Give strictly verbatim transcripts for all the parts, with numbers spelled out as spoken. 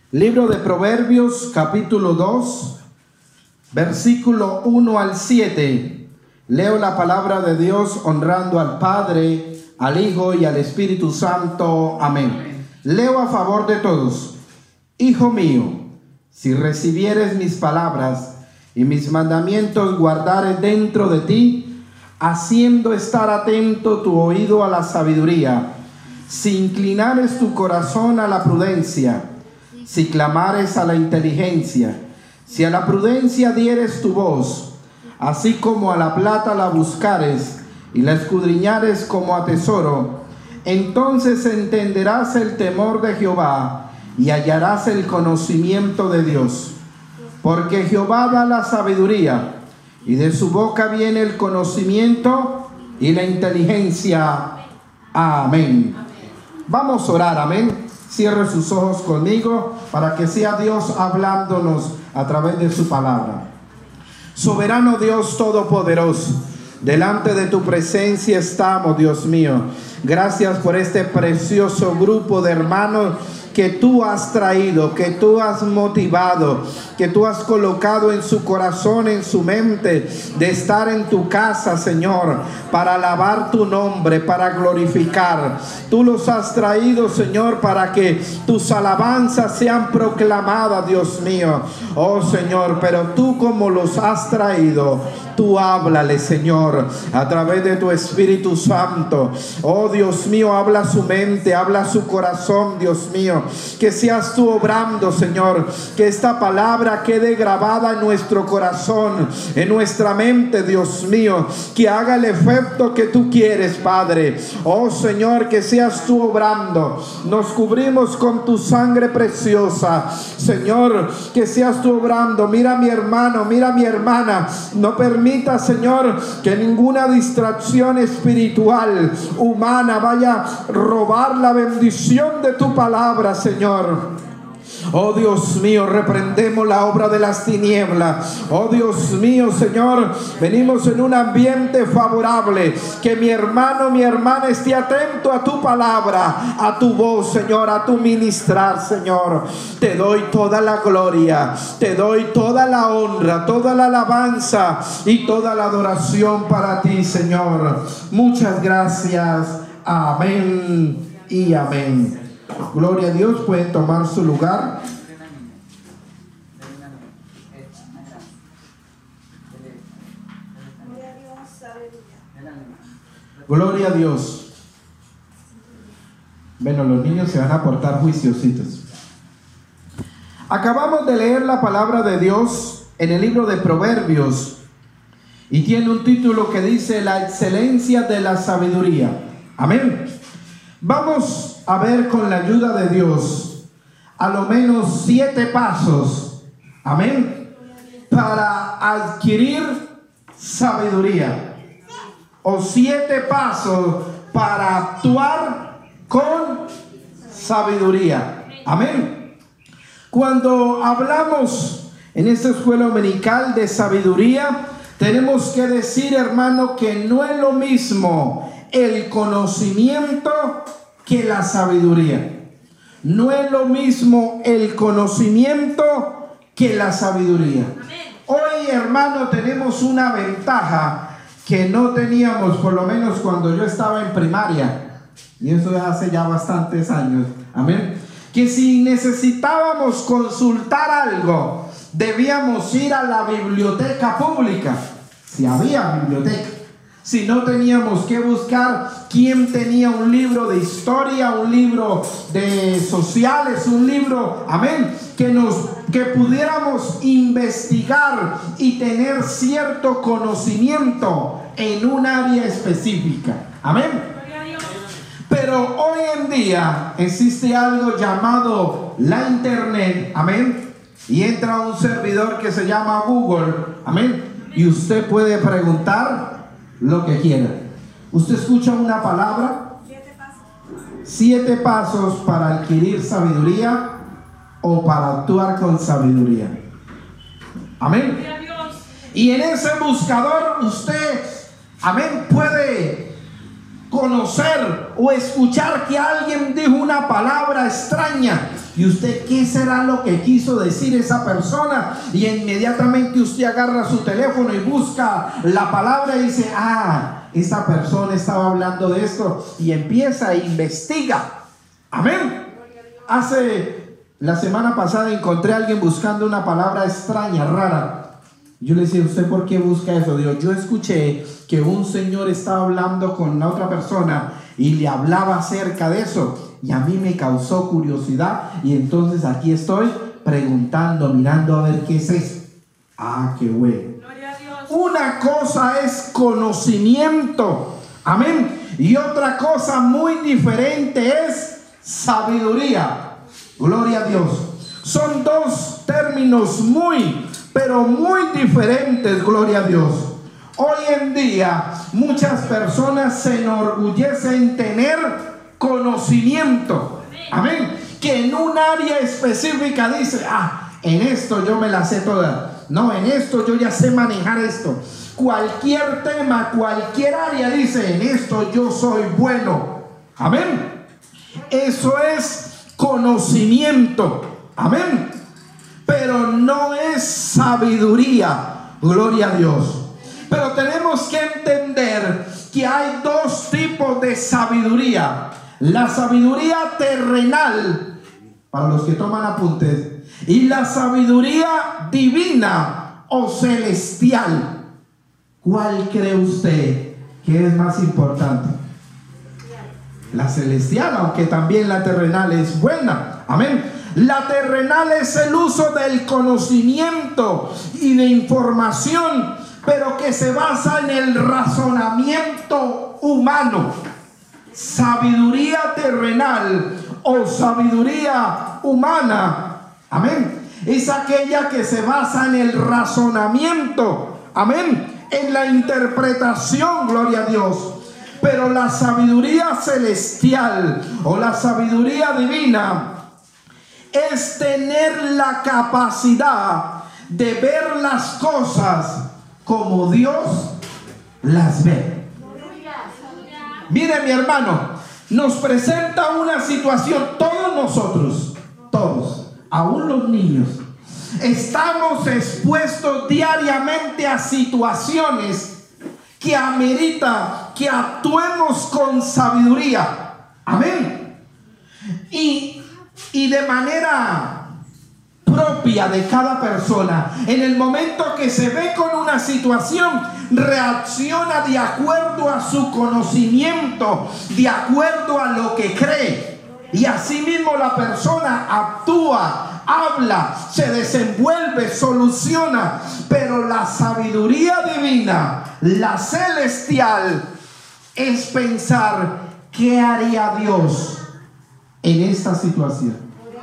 Libro de Proverbios, capítulo dos, versículo uno al siete. Leo la palabra de Dios honrando al Padre, al Hijo y al Espíritu Santo. Amén. Leo a favor de todos. Hijo mío, si recibieres mis palabras y mis mandamientos guardares dentro de ti, haciendo estar atento tu oído a la sabiduría, si inclinares tu corazón a la prudencia, si clamares a la inteligencia, si a la prudencia dieres tu voz, así como a la plata la buscares y la escudriñares como a tesoro, entonces entenderás el temor de Jehová y hallarás el conocimiento de Dios. Porque Jehová da la sabiduría, y de su boca viene el conocimiento y la inteligencia. Amén. Vamos a orar, amén. Cierre sus ojos conmigo para que sea Dios hablándonos a través de su palabra. Soberano Dios todopoderoso, delante de tu presencia estamos, Dios mío. Gracias por este precioso grupo de hermanos que tú has traído, que tú has motivado, que tú has colocado en su corazón, en su mente, de estar en tu casa, Señor, para alabar tu nombre, para glorificar. Tú los has traído, Señor, para que tus alabanzas sean proclamadas, Dios mío. Oh, Señor, pero tú como los has traído, tú háblale, Señor, a través de tu Espíritu Santo. Oh, Dios mío, habla su mente, habla su corazón, Dios mío. Que seas tú obrando, Señor, que esta palabra quede grabada en nuestro corazón, en nuestra mente, Dios mío, que haga el efecto que tú quieres, Padre. Oh, Señor, que seas tú obrando. Nos cubrimos con tu sangre preciosa, Señor, que seas tú obrando. Mira a mi hermano, mira a mi hermana. No permita, Señor, que ninguna distracción espiritual, humana, vaya a robar la bendición de tu palabra, Señor. Oh, Dios mío, reprendemos la obra de las tinieblas. Oh, Dios mío, Señor, venimos en un ambiente favorable. Que mi hermano, mi hermana esté atento a tu palabra, a tu voz, Señor, a tu ministrar, Señor. Te doy toda la gloria, te doy toda la honra, toda la alabanza y toda la adoración para ti, Señor. Muchas gracias. Amén y amén. Gloria a Dios. Pueden tomar su lugar. Gloria a Dios. Bueno, los niños se van a portar juiciositos. Acabamos de leer la palabra de Dios en el libro de Proverbios y tiene un título que dice la excelencia de la sabiduría. Amén. Vamos a ver con la ayuda de Dios a lo menos siete pasos, amén, para adquirir sabiduría, o siete pasos para actuar con sabiduría. Amén. Cuando hablamos en esta escuela dominical de sabiduría, tenemos que decir, hermano, que no es lo mismo el conocimiento que la sabiduría. No es lo mismo el conocimiento que la sabiduría. Hoy, hermano, tenemos una ventaja que no teníamos, por lo menos cuando yo estaba en primaria, y eso hace ya bastantes años. Amén. Que si necesitábamos consultar algo, debíamos ir a la biblioteca pública, si había biblioteca. Si no, teníamos que buscar quién tenía un libro de historia, un libro de sociales, un libro, amén, que nos, que pudiéramos investigar y tener cierto conocimiento en un área específica. Amén. Pero hoy en día existe algo llamado la internet, amén, y entra un servidor que se llama Google, amén, y usted puede preguntar lo que quiera. Usted escucha una palabra, siete pasos. siete pasos para adquirir sabiduría o para actuar con sabiduría. Amén. Y en ese buscador usted, amén, puede conocer o escuchar que alguien dijo una palabra extraña ¿Y usted qué será lo que quiso decir esa persona? Y inmediatamente usted agarra su teléfono y busca la palabra y dice, ah, esta persona estaba hablando de esto, y empieza a investigar. Amén. Hace la semana pasada encontré a alguien buscando una palabra extraña, rara. Yo le decía, ¿usted por qué busca eso? Digo, yo escuché que un señor estaba hablando con la otra persona y le hablaba acerca de eso, y a mí me causó curiosidad, y entonces aquí estoy preguntando, mirando a ver qué es eso. Ah, qué bueno. Una cosa es conocimiento, amén, y otra cosa muy diferente es sabiduría. Gloria a Dios. Son dos términos muy, pero muy diferentes, gloria a Dios. Hoy en día muchas personas se enorgullecen tener conocimiento, amén, que en un área específica dice, ah, en esto yo me la sé toda, no, en esto yo ya sé manejar esto. Cualquier tema, cualquier área, dice, en esto yo soy bueno, amén. Eso es conocimiento, amén, pero no es sabiduría, gloria a Dios. Pero tenemos que entender que hay dos tipos de sabiduría: la sabiduría terrenal, para los que toman apuntes, y la sabiduría divina o celestial. ¿Cuál cree usted que es más importante? La celestial, aunque también la terrenal es buena, amén. La terrenal es el uso del conocimiento y de información, pero que se basa en el razonamiento humano. Sabiduría terrenal o sabiduría humana, amén, es aquella que se basa en el razonamiento, amén, en la interpretación, gloria a Dios. Pero la sabiduría celestial o la sabiduría divina es tener la capacidad de ver las cosas como Dios las ve. Mire, mi hermano, nos presenta una situación, todos nosotros, todos, aún los niños, estamos expuestos diariamente a situaciones que amerita que actuemos con sabiduría, amén, y, y de manera propia de cada persona. En el momento que se ve con una situación, reacciona de acuerdo a su conocimiento, de acuerdo a lo que cree, y así mismo la persona actúa, habla, se desenvuelve, soluciona. Pero la sabiduría divina, la celestial, es pensar qué haría Dios en esta situación.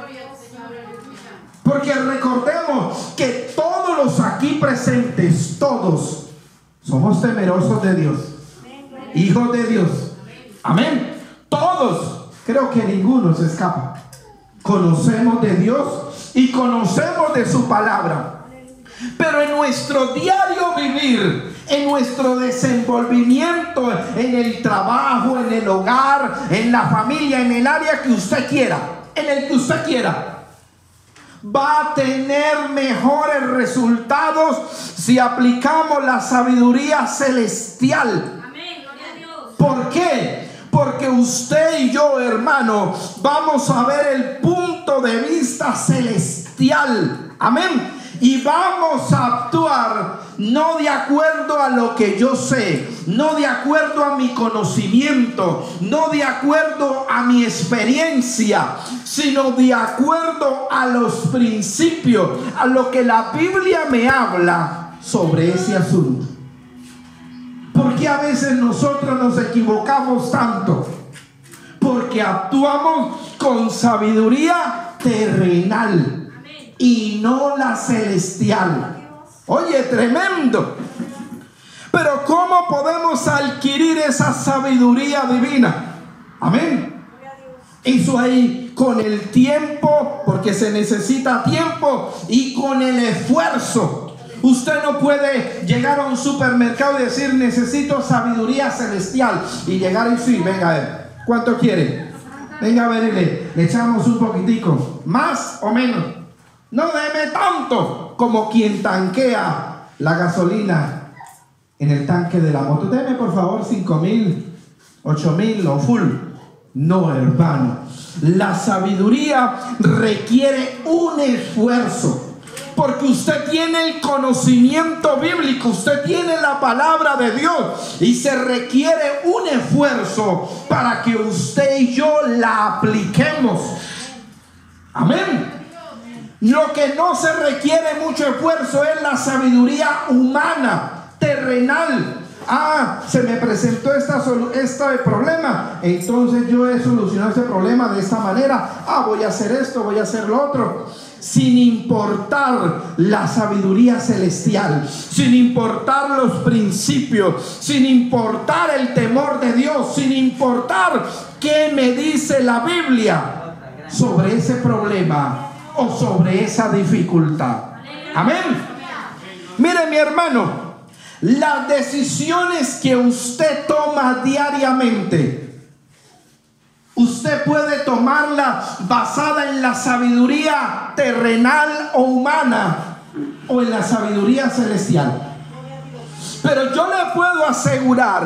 Porque recordemos que todos los aquí presentes, todos somos temerosos de Dios, hijos de Dios, amén. Todos, creo que ninguno se escapa. Conocemos de Dios y conocemos de su palabra. Pero en nuestro diario vivir, en nuestro desenvolvimiento, en el trabajo, en el hogar, en la familia, en el área que usted quiera, en el que usted quiera, va a tener mejores resultados si aplicamos la sabiduría celestial. Amén, gloria a Dios. ¿Por qué? Porque usted y yo, hermano, vamos a ver el punto de vista celestial. Amén. Y vamos a actuar no de acuerdo a lo que yo sé, no de acuerdo a mi conocimiento, no de acuerdo a mi experiencia, sino de acuerdo a los principios, a lo que la Biblia me habla sobre ese asunto. ¿Por qué a veces nosotros nos equivocamos tanto? Porque actuamos con sabiduría terrenal y no la celestial. Oye, tremendo. Pero ¿cómo podemos adquirir esa sabiduría divina? Amén. Eso ahí con el tiempo, porque se necesita tiempo, y con el esfuerzo. Usted no puede llegar a un supermercado y decir necesito sabiduría celestial y llegar y sí, venga a ver, ¿cuánto quiere? Venga a ver, y le, le echamos un poquitico, más o menos. No deme tanto como quien tanquea la gasolina en el tanque de la moto. Deme por favor cinco mil, ocho mil o full. No, hermano. La sabiduría requiere un esfuerzo. Porque usted tiene el conocimiento bíblico, usted tiene la palabra de Dios y se requiere un esfuerzo para que usted y yo la apliquemos. Amén. Lo que no se requiere mucho esfuerzo es la sabiduría humana, terrenal. Ah, se me presentó esta, este problema, entonces yo he solucionado ese problema de esta manera. Ah, voy a hacer esto, voy a hacer lo otro. Sin importar la sabiduría celestial, sin importar los principios, sin importar el temor de Dios, sin importar qué me dice la Biblia sobre ese problema o sobre esa dificultad. Amén. Mire, mi hermano, las decisiones que usted toma diariamente, usted puede tomarla basada en la sabiduría terrenal o humana o en la sabiduría celestial. Pero yo le puedo asegurar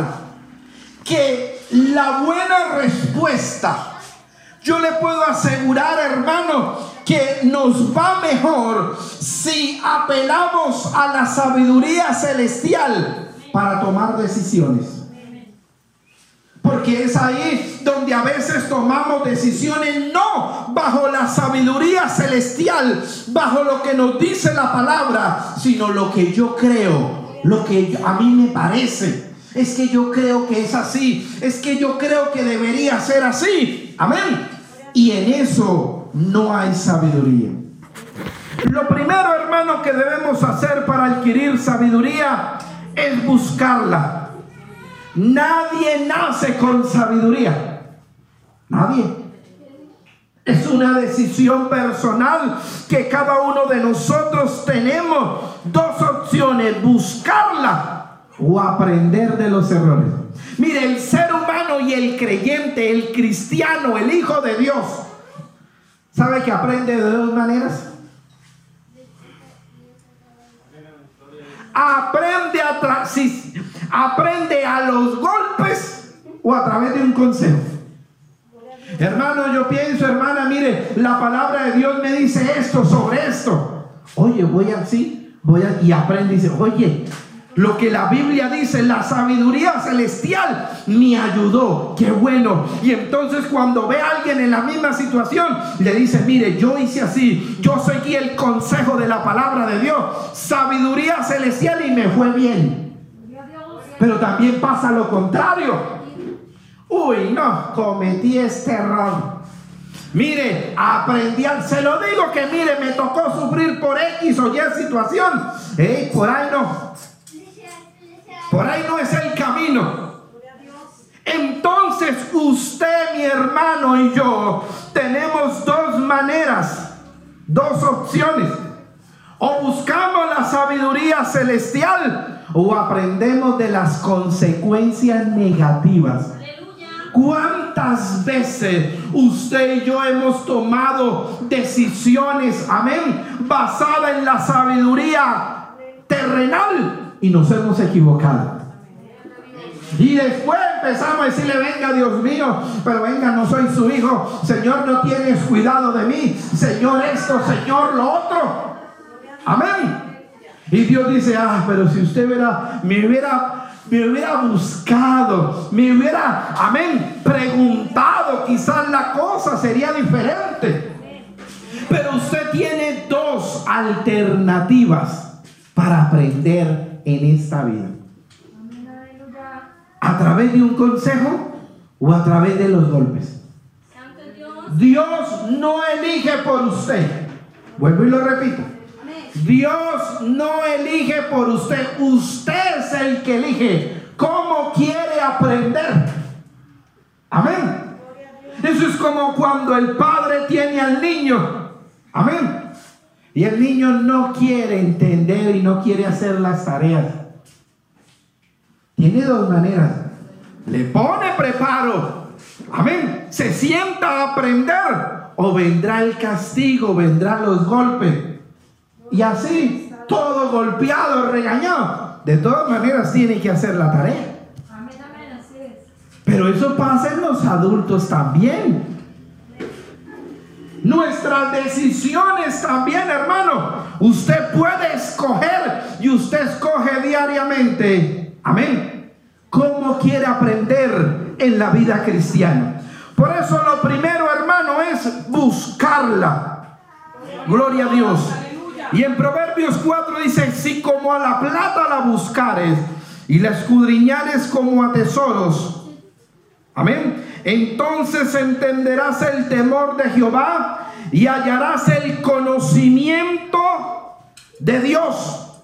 que la buena respuesta, yo le puedo asegurar, hermano, que nos va mejor si apelamos a la sabiduría celestial para tomar decisiones. Porque es ahí donde a veces tomamos decisiones no bajo la sabiduría celestial, bajo lo que nos dice la palabra, sino lo que yo creo, lo que a mí me parece. Es que yo creo que es así, es que yo creo que debería ser así. Amén. Y en eso no hay sabiduría. Lo primero, hermano, que debemos hacer para adquirir sabiduría es buscarla. Nadie nace con sabiduría. Nadie. Es una decisión personal que cada uno de nosotros tenemos dos opciones: buscarla o aprender de los errores. Mire, el ser humano y el creyente, el cristiano, el hijo de Dios, ¿sabe que aprende de dos maneras? Aprende a, tra- si, aprende a los golpes o a través de un consejo. Hermano, yo pienso, hermana, mire, la palabra de Dios me dice esto sobre esto. Oye, voy así, voy a, y aprende y dice, oye, lo que la Biblia dice, la sabiduría celestial me ayudó. Qué bueno. Y entonces cuando ve a alguien en la misma situación, le dice, mire, yo hice así, yo seguí el consejo de la palabra de Dios, sabiduría celestial, y me fue bien. Pero también pasa lo contrario. Uy, no, cometí este error. Mire, aprendí, se lo digo que mire, me tocó sufrir por X o Y situación. Hey, por ahí no. Por ahí no es el camino. Entonces usted, mi hermano, y yo tenemos dos maneras, dos opciones. O buscamos la sabiduría celestial o aprendemos de las consecuencias negativas. ¿Cuántas veces usted y yo hemos tomado decisiones, amén, basadas en la sabiduría terrenal y nos hemos equivocado? Y después empezamos a decirle, venga, Dios mío, pero venga, no soy su hijo, Señor, no tienes cuidado de mí, Señor esto, Señor lo otro. Amén. Y Dios dice, ah, pero si usted hubiera, me hubiera me hubiera buscado, me hubiera, amén, preguntado, quizás la cosa sería diferente. Pero usted tiene dos alternativas para aprender en esta vida: a través de un consejo o a través de los golpes. Dios no elige por usted. Vuelvo y lo repito. Dios no elige por usted. Usted es el que elige cómo quiere aprender. Amén. Eso es como cuando el padre tiene al niño. Amén. Y el niño no quiere entender y no quiere hacer las tareas. Tiene dos maneras: le pone preparo amén, se sienta a aprender, o vendrá el castigo, vendrán los golpes, y así, todo golpeado, regañado. De todas maneras tiene que hacer la tarea. Pero eso pasa en los adultos también. Nuestras decisiones también, hermano. Usted puede escoger, y usted escoge diariamente, amén, cómo quiere aprender en la vida cristiana. Por eso lo primero, hermano, es buscarla. Gloria a Dios. Y en Proverbios cuatro dice: si como a la plata la buscares y la escudriñares como a tesoros, amén, entonces entenderás el temor de Jehová y hallarás el conocimiento de Dios.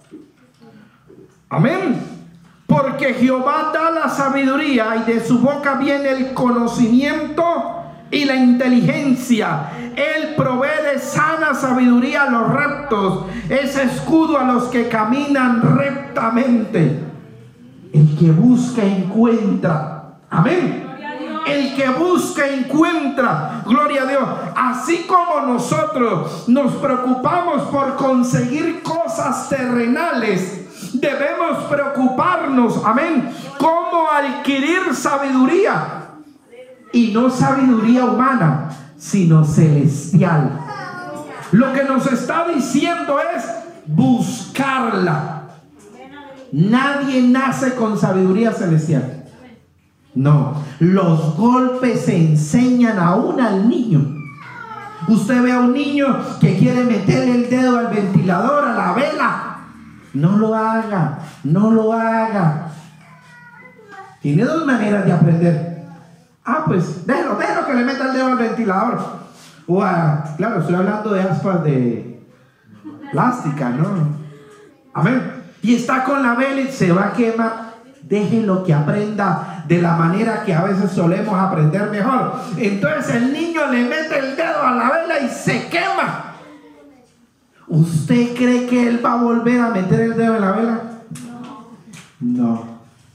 Amén. Porque Jehová da la sabiduría, y de su boca viene el conocimiento y la inteligencia. Él provee de sana sabiduría a los rectos, es escudo a los que caminan rectamente. El que busca encuentra. Amén. El que busca encuentra. Gloria a Dios. Así como nosotros nos preocupamos por conseguir cosas terrenales, debemos preocuparnos, amén, cómo adquirir sabiduría. Y no sabiduría humana, sino celestial. Lo que nos está diciendo es buscarla. Nadie nace con sabiduría celestial. No, los golpes se enseñan aún al niño. Usted ve a un niño que quiere meterle el dedo al ventilador, a la vela. No lo haga, no lo haga. Tiene dos maneras de aprender. Ah, pues déjelo, déjelo que le meta el dedo al ventilador. O a, claro, estoy hablando de aspas de plástica, ¿no? Amén. Y está con la vela y se va a quemar. Déjelo que aprenda de la manera que a veces solemos aprender mejor. Entonces el niño le mete el dedo a la vela y se quema. ¿Usted cree que él va a volver a meter el dedo en la vela? No.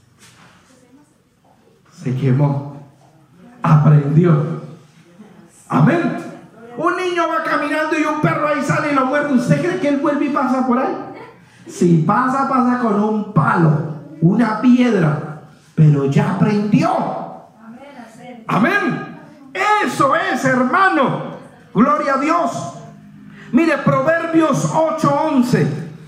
Se quemó. Aprendió. Amén. Un niño va caminando y un perro ahí sale y lo muerde. ¿Usted cree que él vuelve y pasa por ahí? Si pasa, pasa con un palo, una piedra, pero ya aprendió. Amén. Eso es, hermano. Gloria a Dios. Mire, Proverbios ocho once.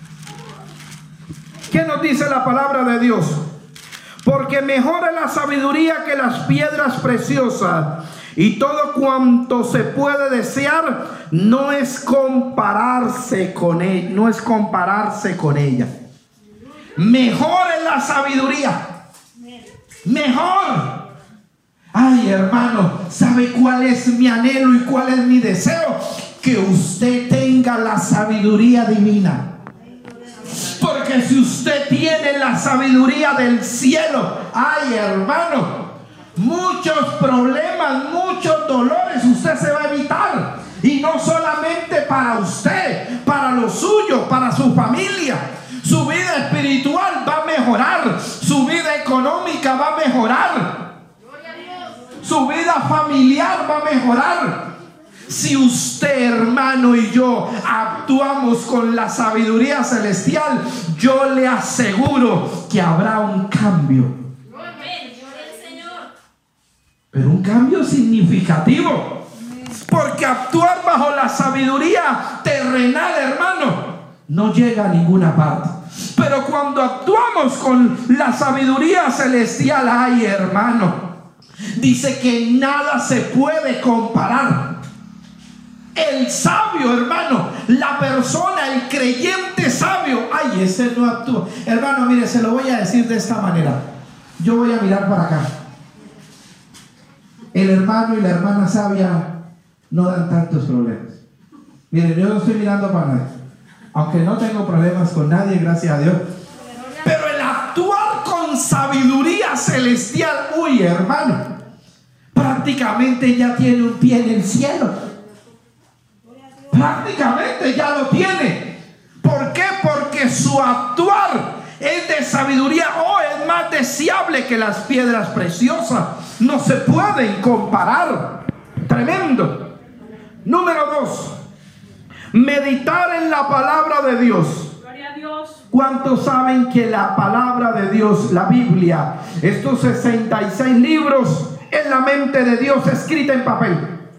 ¿Qué nos dice la palabra de Dios? Porque mejor es la sabiduría que las piedras preciosas, y todo cuanto se puede desear no es compararse con ella, no es compararse con ella. Mejor es la sabiduría. Mejor. Ay, hermano, ¿sabe cuál es mi anhelo y cuál es mi deseo? Que usted tenga la sabiduría divina. Porque si usted tiene la sabiduría del cielo, ay, hermano, muchos problemas, muchos dolores usted se va a evitar. Y no solamente para usted, para los suyos, para su familia. Su vida espiritual va a mejorar, su vida económica va a mejorar, su vida familiar va a mejorar. Si usted, hermano, y yo actuamos con la sabiduría celestial, yo le aseguro que habrá un cambio. Pero un cambio significativo. Porque actuar bajo la sabiduría terrenal, hermano, no llega a ninguna parte. Pero cuando actuamos con la sabiduría celestial, ay, hermano, dice que nada se puede comparar. El sabio, hermano, la persona, el creyente sabio, ay, ese no actúa. Hermano, mire, se lo voy a decir de esta manera. Yo voy a mirar para acá. El hermano y la hermana sabia no dan tantos problemas. Miren, yo no estoy mirando para nadie, aunque no tengo problemas con nadie, gracias a Dios. Pero el actuar con sabiduría celestial, uy, hermano, prácticamente ya tiene un pie en el cielo. Prácticamente ya lo tiene. ¿Por qué? Porque su actuar es de sabiduría, o oh, es más deseable que las piedras preciosas. no se pueden comparar. Tremendo. Número dos, meditar en la palabra de Dios. Gloria a Dios. ¿Cuántos saben que la palabra de Dios, la Biblia, estos sesenta y seis libros, es la mente de Dios escrita en papel?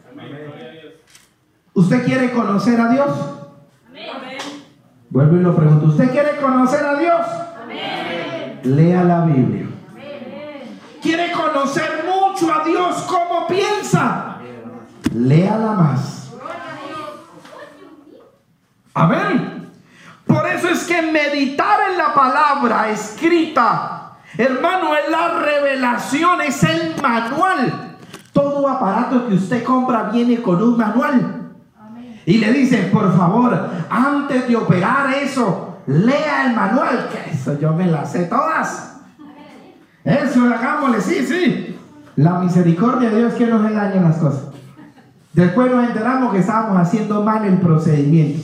¿Usted quiere conocer a Dios? Amén. Vuelvo y lo pregunto. ¿Usted quiere conocer a Dios? Amén. Lea la Biblia. Amén. ¿Quiere conocer mucho a Dios? ¿Cómo piensa? Léala más. Amén. Por eso es que meditar en la palabra escrita, hermano, es la revelación, es el manual. Todo aparato que usted compra viene con un manual. Y le dicen, por favor, antes de operar eso, lea el manual. Que eso yo me las sé todas. Eso, hagámosle, sí, sí. La misericordia de Dios, que nos engañen las cosas. Después nos enteramos que estábamos haciendo mal el procedimiento.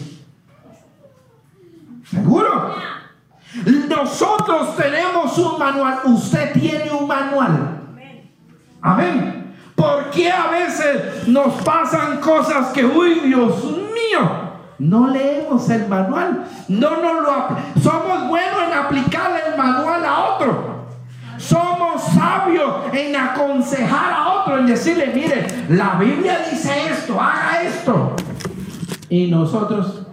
¿Seguro? Nosotros tenemos un manual. Usted tiene un manual. Amén. ¿Por qué a veces nos pasan cosas que, uy, Dios mío, no leemos el manual? No nos lo somos buenos en aplicar el manual a otro. Somos sabios en aconsejar a otro, en decirle, mire, la Biblia dice esto, haga esto. Y nosotros,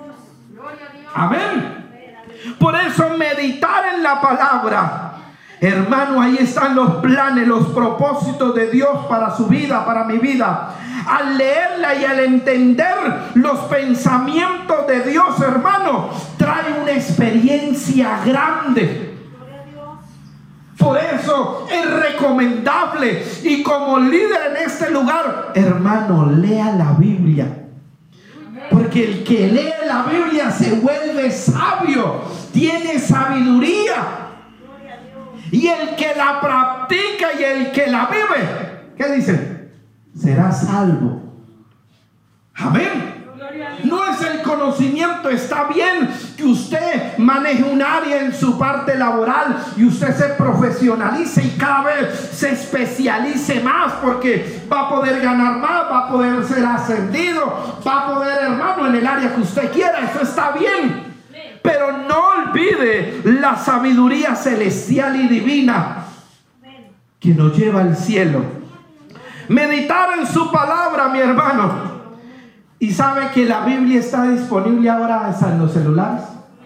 amén. Por eso meditar en la palabra, hermano, ahí están los planes, los propósitos de Dios para su vida, para mi vida. Al leerla y al entender los pensamientos de Dios, hermano, trae una experiencia grande. Por eso es recomendable, y como líder en este lugar, hermano, lea la Biblia. Porque el que lee la Biblia se vuelve sabio, tiene sabiduría. Y el que la practica y el que la vive, ¿qué dice? Será salvo. Amén. No es el conocimiento. Está bien que usted maneje un área en su parte laboral y usted se profesionalice y cada vez se especialice más, porque va a poder ganar más, va a poder ser ascendido, va a poder, hermano, en el área que usted quiera. Eso está bien. Pero no olvide la sabiduría celestial y divina que nos lleva al cielo. Meditar en su palabra, mi hermano. Y sabe que la Biblia está disponible ahora hasta en los celulares.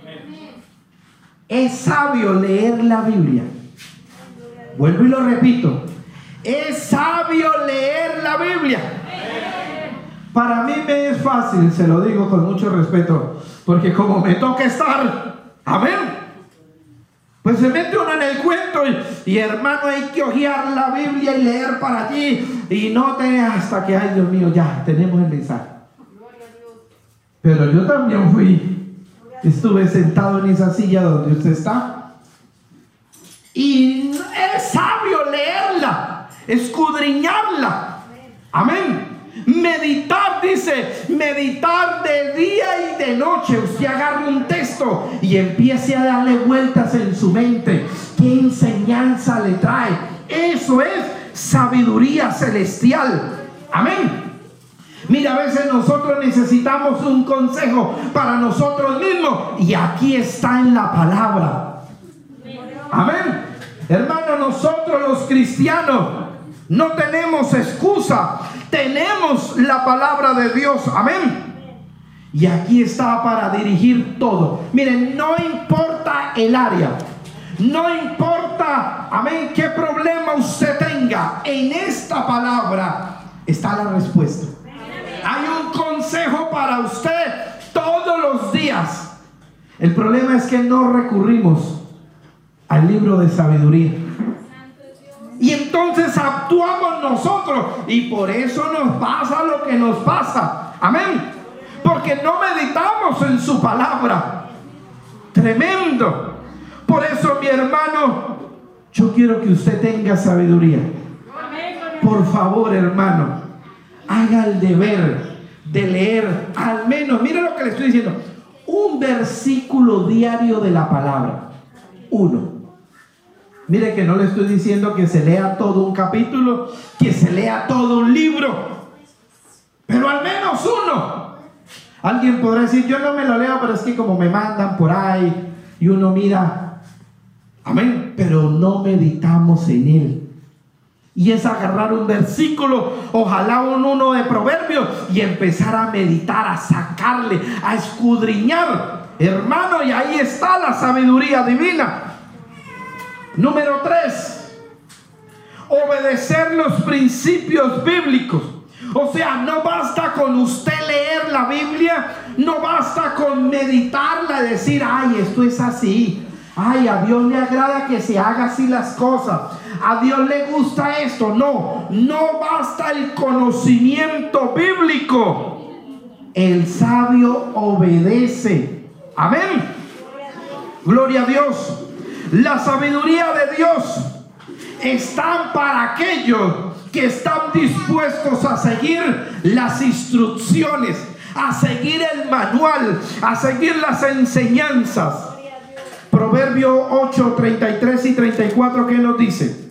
Es sabio leer la Biblia. Vuelvo y lo repito. Es sabio leer la Biblia. Para mí me es fácil, se lo digo con mucho respeto, porque como me toca estar, amén, pues se mete uno en el cuento y, y hermano, hay que hojear la Biblia y leer para ti, y no te hasta que, ay Dios mío, ya tenemos el mensaje. Pero yo también fui, estuve sentado en esa silla donde usted está, y es sabio leerla, escudriñarla, amén. Meditar, dice, meditar de día y de noche. Usted agarre un texto y empiece a darle vueltas en su mente. ¿Qué enseñanza le trae? Eso es sabiduría celestial. Amén. Mira, a veces nosotros necesitamos un consejo para nosotros mismos, y aquí está en la palabra. Amén. Hermano, nosotros los cristianos no tenemos excusa. Tenemos la palabra de Dios. Amén. Y aquí está para dirigir todo. Miren, no importa el área, no importa, amén, qué problema usted tenga, en esta palabra está la respuesta. Hay un consejo para usted todos los días. El problema es que no recurrimos al libro de sabiduría. Y entonces actuamos nosotros, y por eso nos pasa lo que nos pasa. Amén. Porque no meditamos en su palabra. Tremendo. Por eso, mi hermano, yo quiero que usted tenga sabiduría. Por favor, hermano, haga el deber de leer al menos, mire lo que le estoy diciendo, un versículo diario de la palabra. Uno. Mire que no le estoy diciendo que se lea todo un capítulo, que se lea todo un libro, pero al menos uno. Alguien podrá decir, yo no me lo leo, pero es que como me mandan por ahí y uno mira, amén, pero no meditamos en él. Y es agarrar un versículo, ojalá un uno de Proverbios, y empezar a meditar, a sacarle, a escudriñar, hermano, y ahí está la sabiduría divina. Número tres, obedecer los principios bíblicos. O sea, no basta con usted leer la Biblia, no basta con meditarla y decir, ay, esto es así. Ay, a Dios le agrada que se haga así las cosas. A Dios le gusta esto. No, no basta el conocimiento bíblico. El sabio obedece. Amén. Gloria a Dios. La sabiduría de Dios está para aquellos que están dispuestos a seguir las instrucciones, a seguir el manual, a seguir las enseñanzas. Proverbio ocho, treinta y tres y treinta y cuatro, ¿qué nos dice?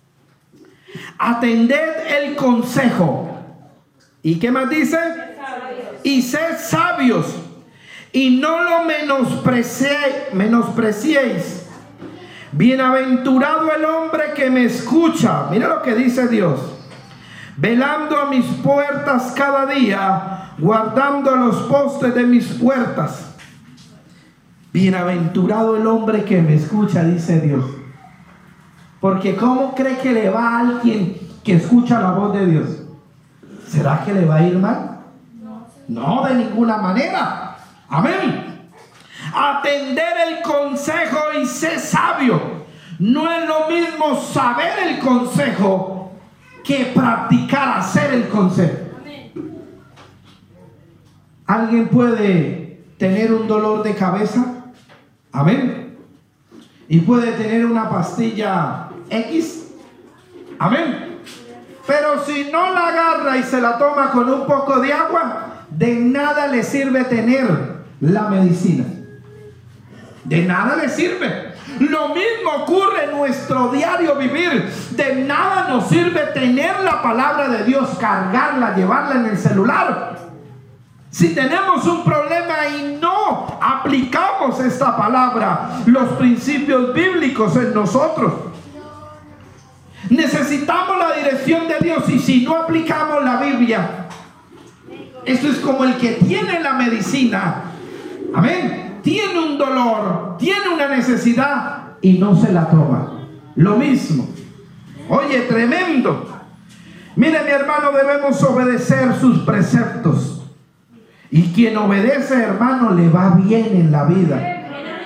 Atended el consejo. ¿Y qué más dice? Y sed sabios, y no lo menospreciéis, menospreciéis. Bienaventurado el hombre que me escucha. Mira lo que dice Dios. Velando a mis puertas cada día, guardando los postes de mis puertas. Bienaventurado el hombre que me escucha, dice Dios. Porque ¿cómo cree que le va a alguien que escucha la voz de Dios? ¿Será que le va a ir mal? No, de ninguna manera. Amén. Atender el consejo y ser sabio. No es lo mismo saber el consejo que practicar hacer el consejo. ¿Alguien puede tener un dolor de cabeza? Amén. Y puede tener una pastilla X. Amén. Pero si no la agarra y se la toma con un poco de agua, de nada le sirve tener la medicina. De nada le sirve. Lo mismo ocurre en nuestro diario vivir. De nada nos sirve tener la palabra de Dios, cargarla, llevarla en el celular, si tenemos un problema y no aplicamos esta palabra, los principios bíblicos en nosotros. Necesitamos la dirección de Dios, y si no aplicamos la Biblia, eso es como el que tiene la medicina. Amén. Tiene un dolor, tiene una necesidad y no se la toma. Lo mismo. Oye, tremendo. Mire, mi hermano, debemos obedecer sus preceptos. Y quien obedece, hermano, le va bien en la vida.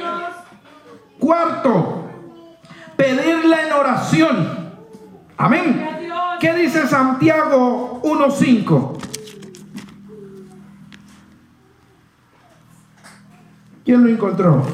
Cuarto, pedirle en oración. Amén. ¿Qué dice Santiago uno cinco? ¿Quién lo encontró?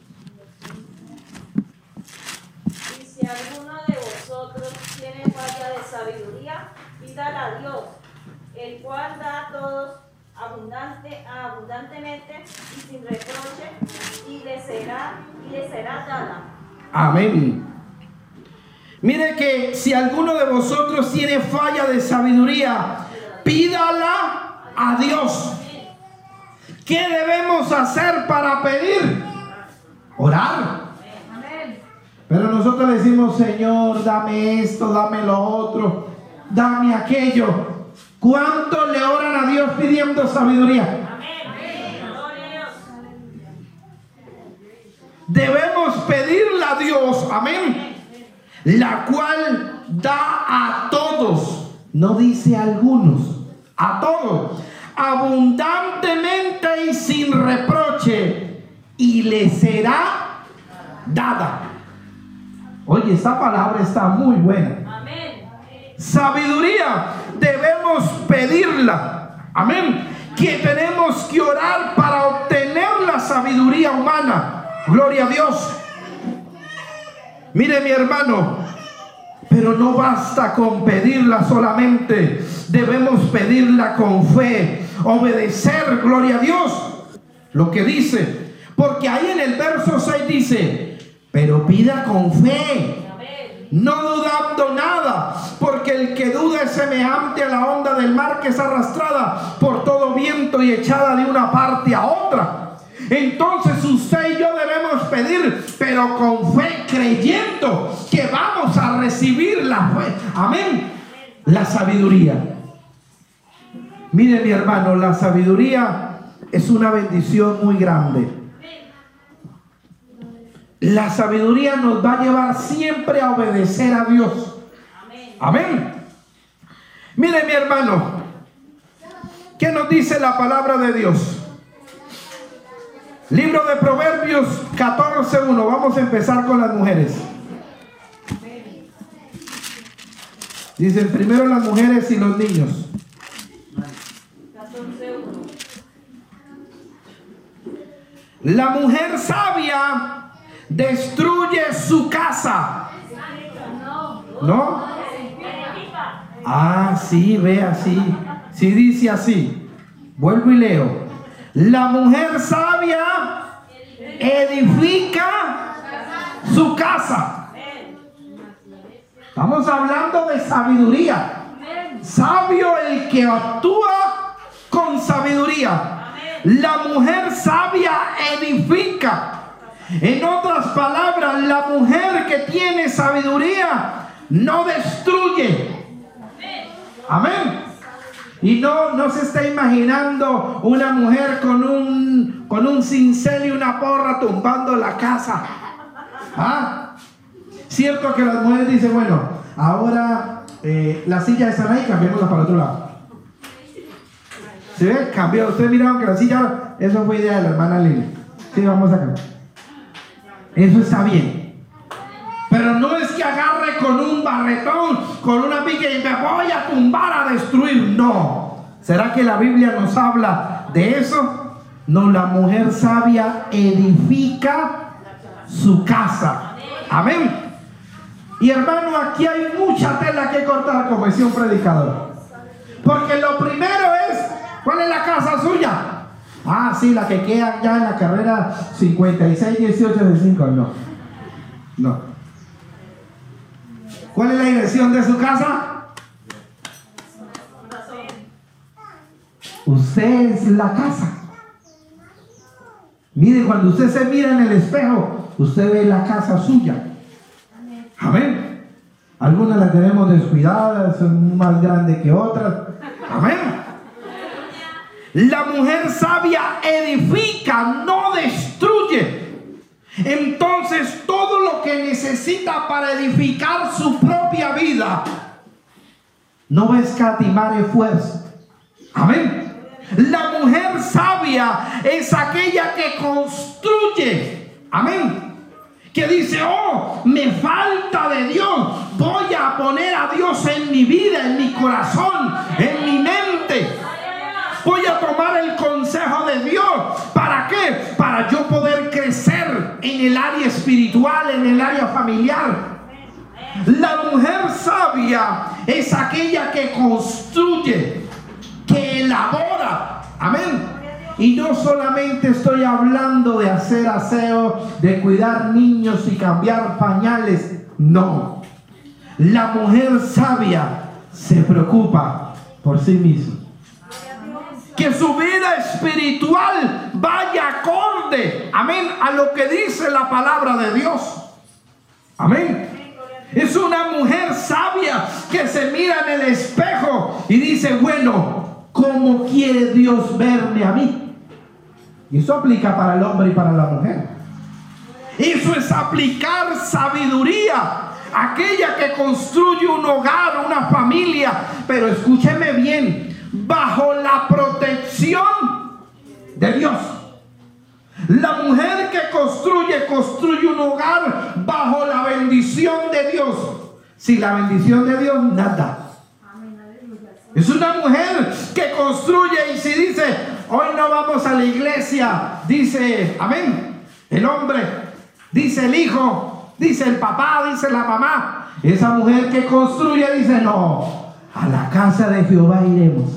Y si alguno de vosotros tiene falta de sabiduría, pídala a Dios, el cual da a todos abundante, abundantemente y sin reproche, y le será, y le será dada. Amén. Mire que si alguno de vosotros tiene falla de sabiduría, pídala a Dios. ¿Qué debemos hacer para pedir? Orar. Pero nosotros le decimos, Señor, dame esto, dame lo otro, dame aquello. ¿Cuántos le oran a Dios pidiendo sabiduría? Debemos pedirle a Dios, amén, la cual da a todos, no dice a algunos, a todos, abundantemente y sin reproche, y le será dada. Oye, esta palabra está muy buena. Amén. Sabiduría debemos pedirla. Amén. Que tenemos que orar para obtener la sabiduría humana. Gloria a Dios. Mire, mi hermano, pero no basta con pedirla solamente. Debemos pedirla con fe, obedecer, gloria a Dios, lo que dice. Porque ahí en el verso seis dice, pero pida con fe. no dudando nada, porque el que duda es semejante a la onda del mar que es arrastrada por todo viento y echada de una parte a otra. Entonces usted y yo debemos pedir, pero con fe, creyendo que vamos a recibir la fe, amén, la sabiduría. Mire, mi hermano, la sabiduría es una bendición muy grande. La sabiduría nos va a llevar siempre a obedecer a Dios. Amén. Mire, mi hermano, ¿qué nos dice la palabra de Dios? Libro de Proverbios catorce uno. Vamos a empezar con las mujeres. Dicen primero las mujeres y los niños. La mujer sabia destruye su casa. ¿No? Ah, sí, ve así. Sí dice así. Vuelvo y leo. La mujer sabia edifica su casa. Estamos hablando de sabiduría. Sabio el que actúa con sabiduría. La mujer sabia edifica. En otras palabras, la mujer que tiene sabiduría no destruye. Amén. Y no, no se está imaginando una mujer con un, con un cincel y una porra tumbando la casa. ¿Ah? Cierto que las mujeres dicen, bueno, ahora eh, las sillas están ahí, cambiémoslas para otro lado. ¿Sí ve? Cambió. Ustedes miraron que la silla, eso fue idea de la hermana Lili. Sí, vamos acá. Eso está bien. Pero no es que agarre con un barretón, con una pica y me voy a tumbar a destruir. No. ¿Será que la Biblia nos habla de eso? No, la mujer sabia edifica su casa. Amén. Y hermano, aquí hay mucha tela que cortar, como decía un predicador. Porque lo primero es, ¿cuál es la casa suya? Ah, sí, la que queda ya en la carrera cincuenta y seis dieciocho de cinco. No. No. ¿Cuál es la dirección de su casa? Usted es la casa. Mire, cuando usted se mira en el espejo, usted ve la casa suya. Amén. Algunas las tenemos descuidadas, son más grandes que otras. Amén. La mujer sabia edifica, no destruye. Entonces todo lo que necesita para edificar su propia vida no va a escatimar esfuerzo. Amén. La mujer sabia es aquella que construye. Amén. Que dice, oh, me falta de Dios, voy a poner a Dios en mi vida, en mi corazón, en mi mente. Voy a tomar el consejo de Dios. ¿Para qué? Para yo poder crecer en el área espiritual, en el área familiar. La mujer sabia es aquella que construye, que elabora. Amén. Y no solamente estoy hablando de hacer aseo, de cuidar niños y cambiar pañales. No. La mujer sabia se preocupa por sí misma. Que su vida espiritual vaya acorde, amén, a lo que dice la palabra de Dios. Amén. Es una mujer sabia que se mira en el espejo y dice, bueno, ¿cómo quiere Dios verme a mí? Y eso aplica para el hombre y para la mujer. Eso es aplicar sabiduría. Aquella que construye un hogar, una familia, pero escúcheme bien, bajo la protección de Dios. La mujer que construye, construye un hogar bajo la bendición de Dios. Sin la bendición de Dios, nada. Es una mujer que construye, y si dice, hoy no vamos a la iglesia, dice, amén, el hombre, dice el hijo, dice el papá, dice la mamá. Esa mujer que construye dice, no, a la casa de Jehová iremos.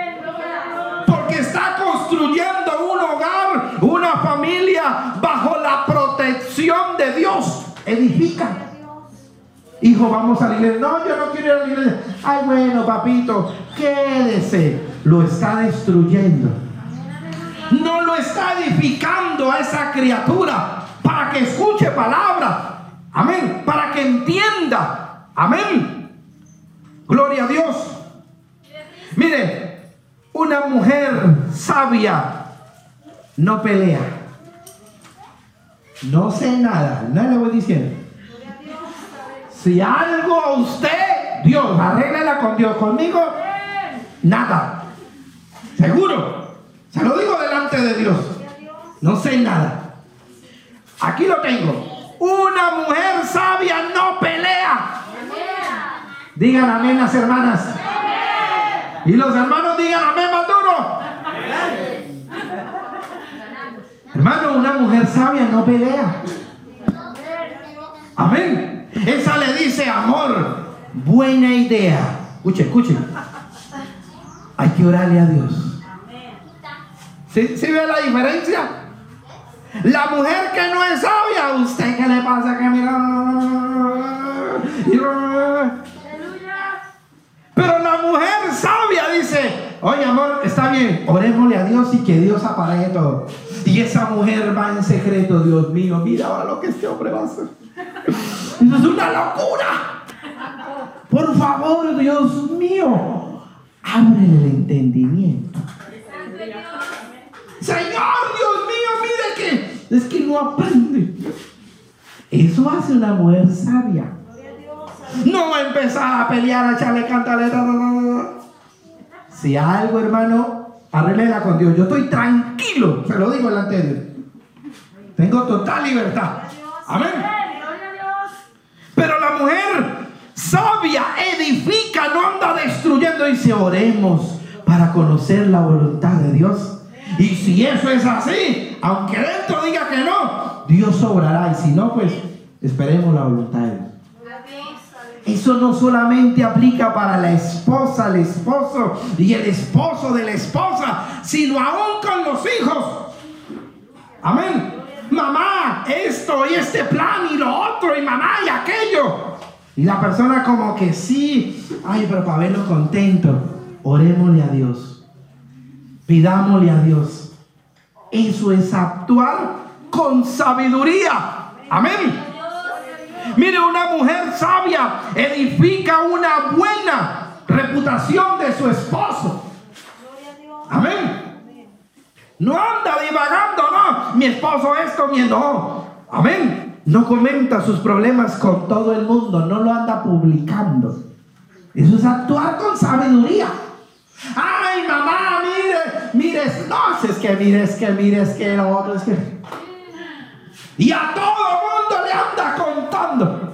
Porque está construyendo un hogar, una familia bajo la protección de Dios. Edifica. Hijo, vamos a la iglesia. No, yo no quiero ir a la iglesia. Ay, bueno, papito, quédese. Lo está destruyendo. No lo está edificando a esa criatura para que escuche palabra. Amén. Para que entienda. Amén. Gloria a Dios. Mire, una mujer sabia no pelea. No sé nada. No le voy diciendo. Si algo a usted, Dios, arréglala con Dios. Conmigo, nada. Seguro. Se lo digo delante de Dios. No sé nada. Aquí lo tengo. Una mujer sabia no pelea. Digan amén las hermanas. Y los hermanos digan amén más duro. Hermano, una mujer sabia no pelea. Amén. Esa le dice, amor, buena idea. Escuche, escuche. Hay que orarle a Dios. ¿Sí, ¿Sí ve la diferencia? La mujer que no es sabia, ¿usted qué le pasa? Que mira. Pero la mujer sabia dice, oye amor, está bien, orémosle a Dios y que Dios apareje todo. Y esa mujer va en secreto, Dios mío, mira ahora lo que este hombre va a hacer. Eso es una locura. Por favor, Dios mío, ábrele el entendimiento. Señor, Dios mío, mire que es que no aprende. Eso hace una mujer sabia. No va a empezar a pelear, a echarle cantaleta. Si algo, hermano, arréglela con Dios. Yo estoy tranquilo, se lo digo delante de Dios. Tengo total libertad. Amén. Pero la mujer sabia edifica, no anda destruyendo. Dice, oremos para conocer la voluntad de Dios. Y si eso es así, aunque dentro diga que no, Dios obrará. Y si no, pues esperemos la voluntad de Dios. Eso no solamente aplica para la esposa, el esposo y el esposo de la esposa, sino aún con los hijos. Amén. Mamá, esto y este plan y lo otro, y mamá y aquello. Y la persona como que sí, ay, pero para verlo contento, orémosle a Dios. Pidámosle a Dios. Eso es actuar con sabiduría. Amén. Mire, una mujer sabia edifica una buena reputación de su esposo. Amén. No anda divagando, no. Mi esposo esto, mi no. Amén. No comenta sus problemas con todo el mundo. No lo anda publicando. Eso es actuar con sabiduría. Ay, mamá, mire, mire, no, es que mire, es que mire, es que lo otro, es que. Y a todo el mundo le anda contando.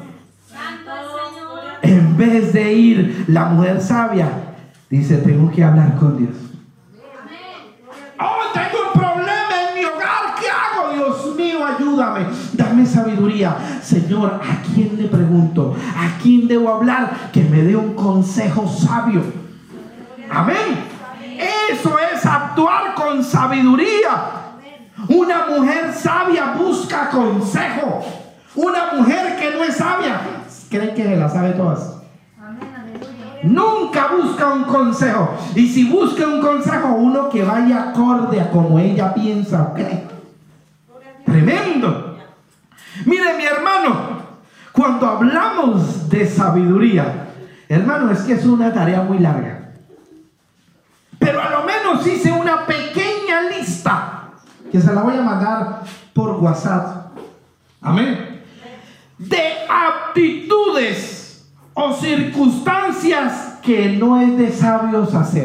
En vez de ir, la mujer sabia dice, tengo que hablar con Dios. Oh, tengo un problema en mi hogar, ¿qué hago? Dios mío, ayúdame, dame sabiduría. Señor, ¿a quién le pregunto? ¿A quién debo hablar? Que me dé un consejo sabio. Amén. Eso es actuar con sabiduría. Una mujer sabia busca consejo. Una mujer que no es sabia cree que se la sabe todas. Nunca busca un consejo. Y si busca un consejo, uno que vaya acorde a como ella piensa o cree. Tremendo. Mire, mi hermano, cuando hablamos de sabiduría, hermano, es que es una tarea muy larga. Pero a lo menos hice una pequeña lista que se la voy a mandar por WhatsApp. Amén. De aptitudes o circunstancias que no es de sabios hacer.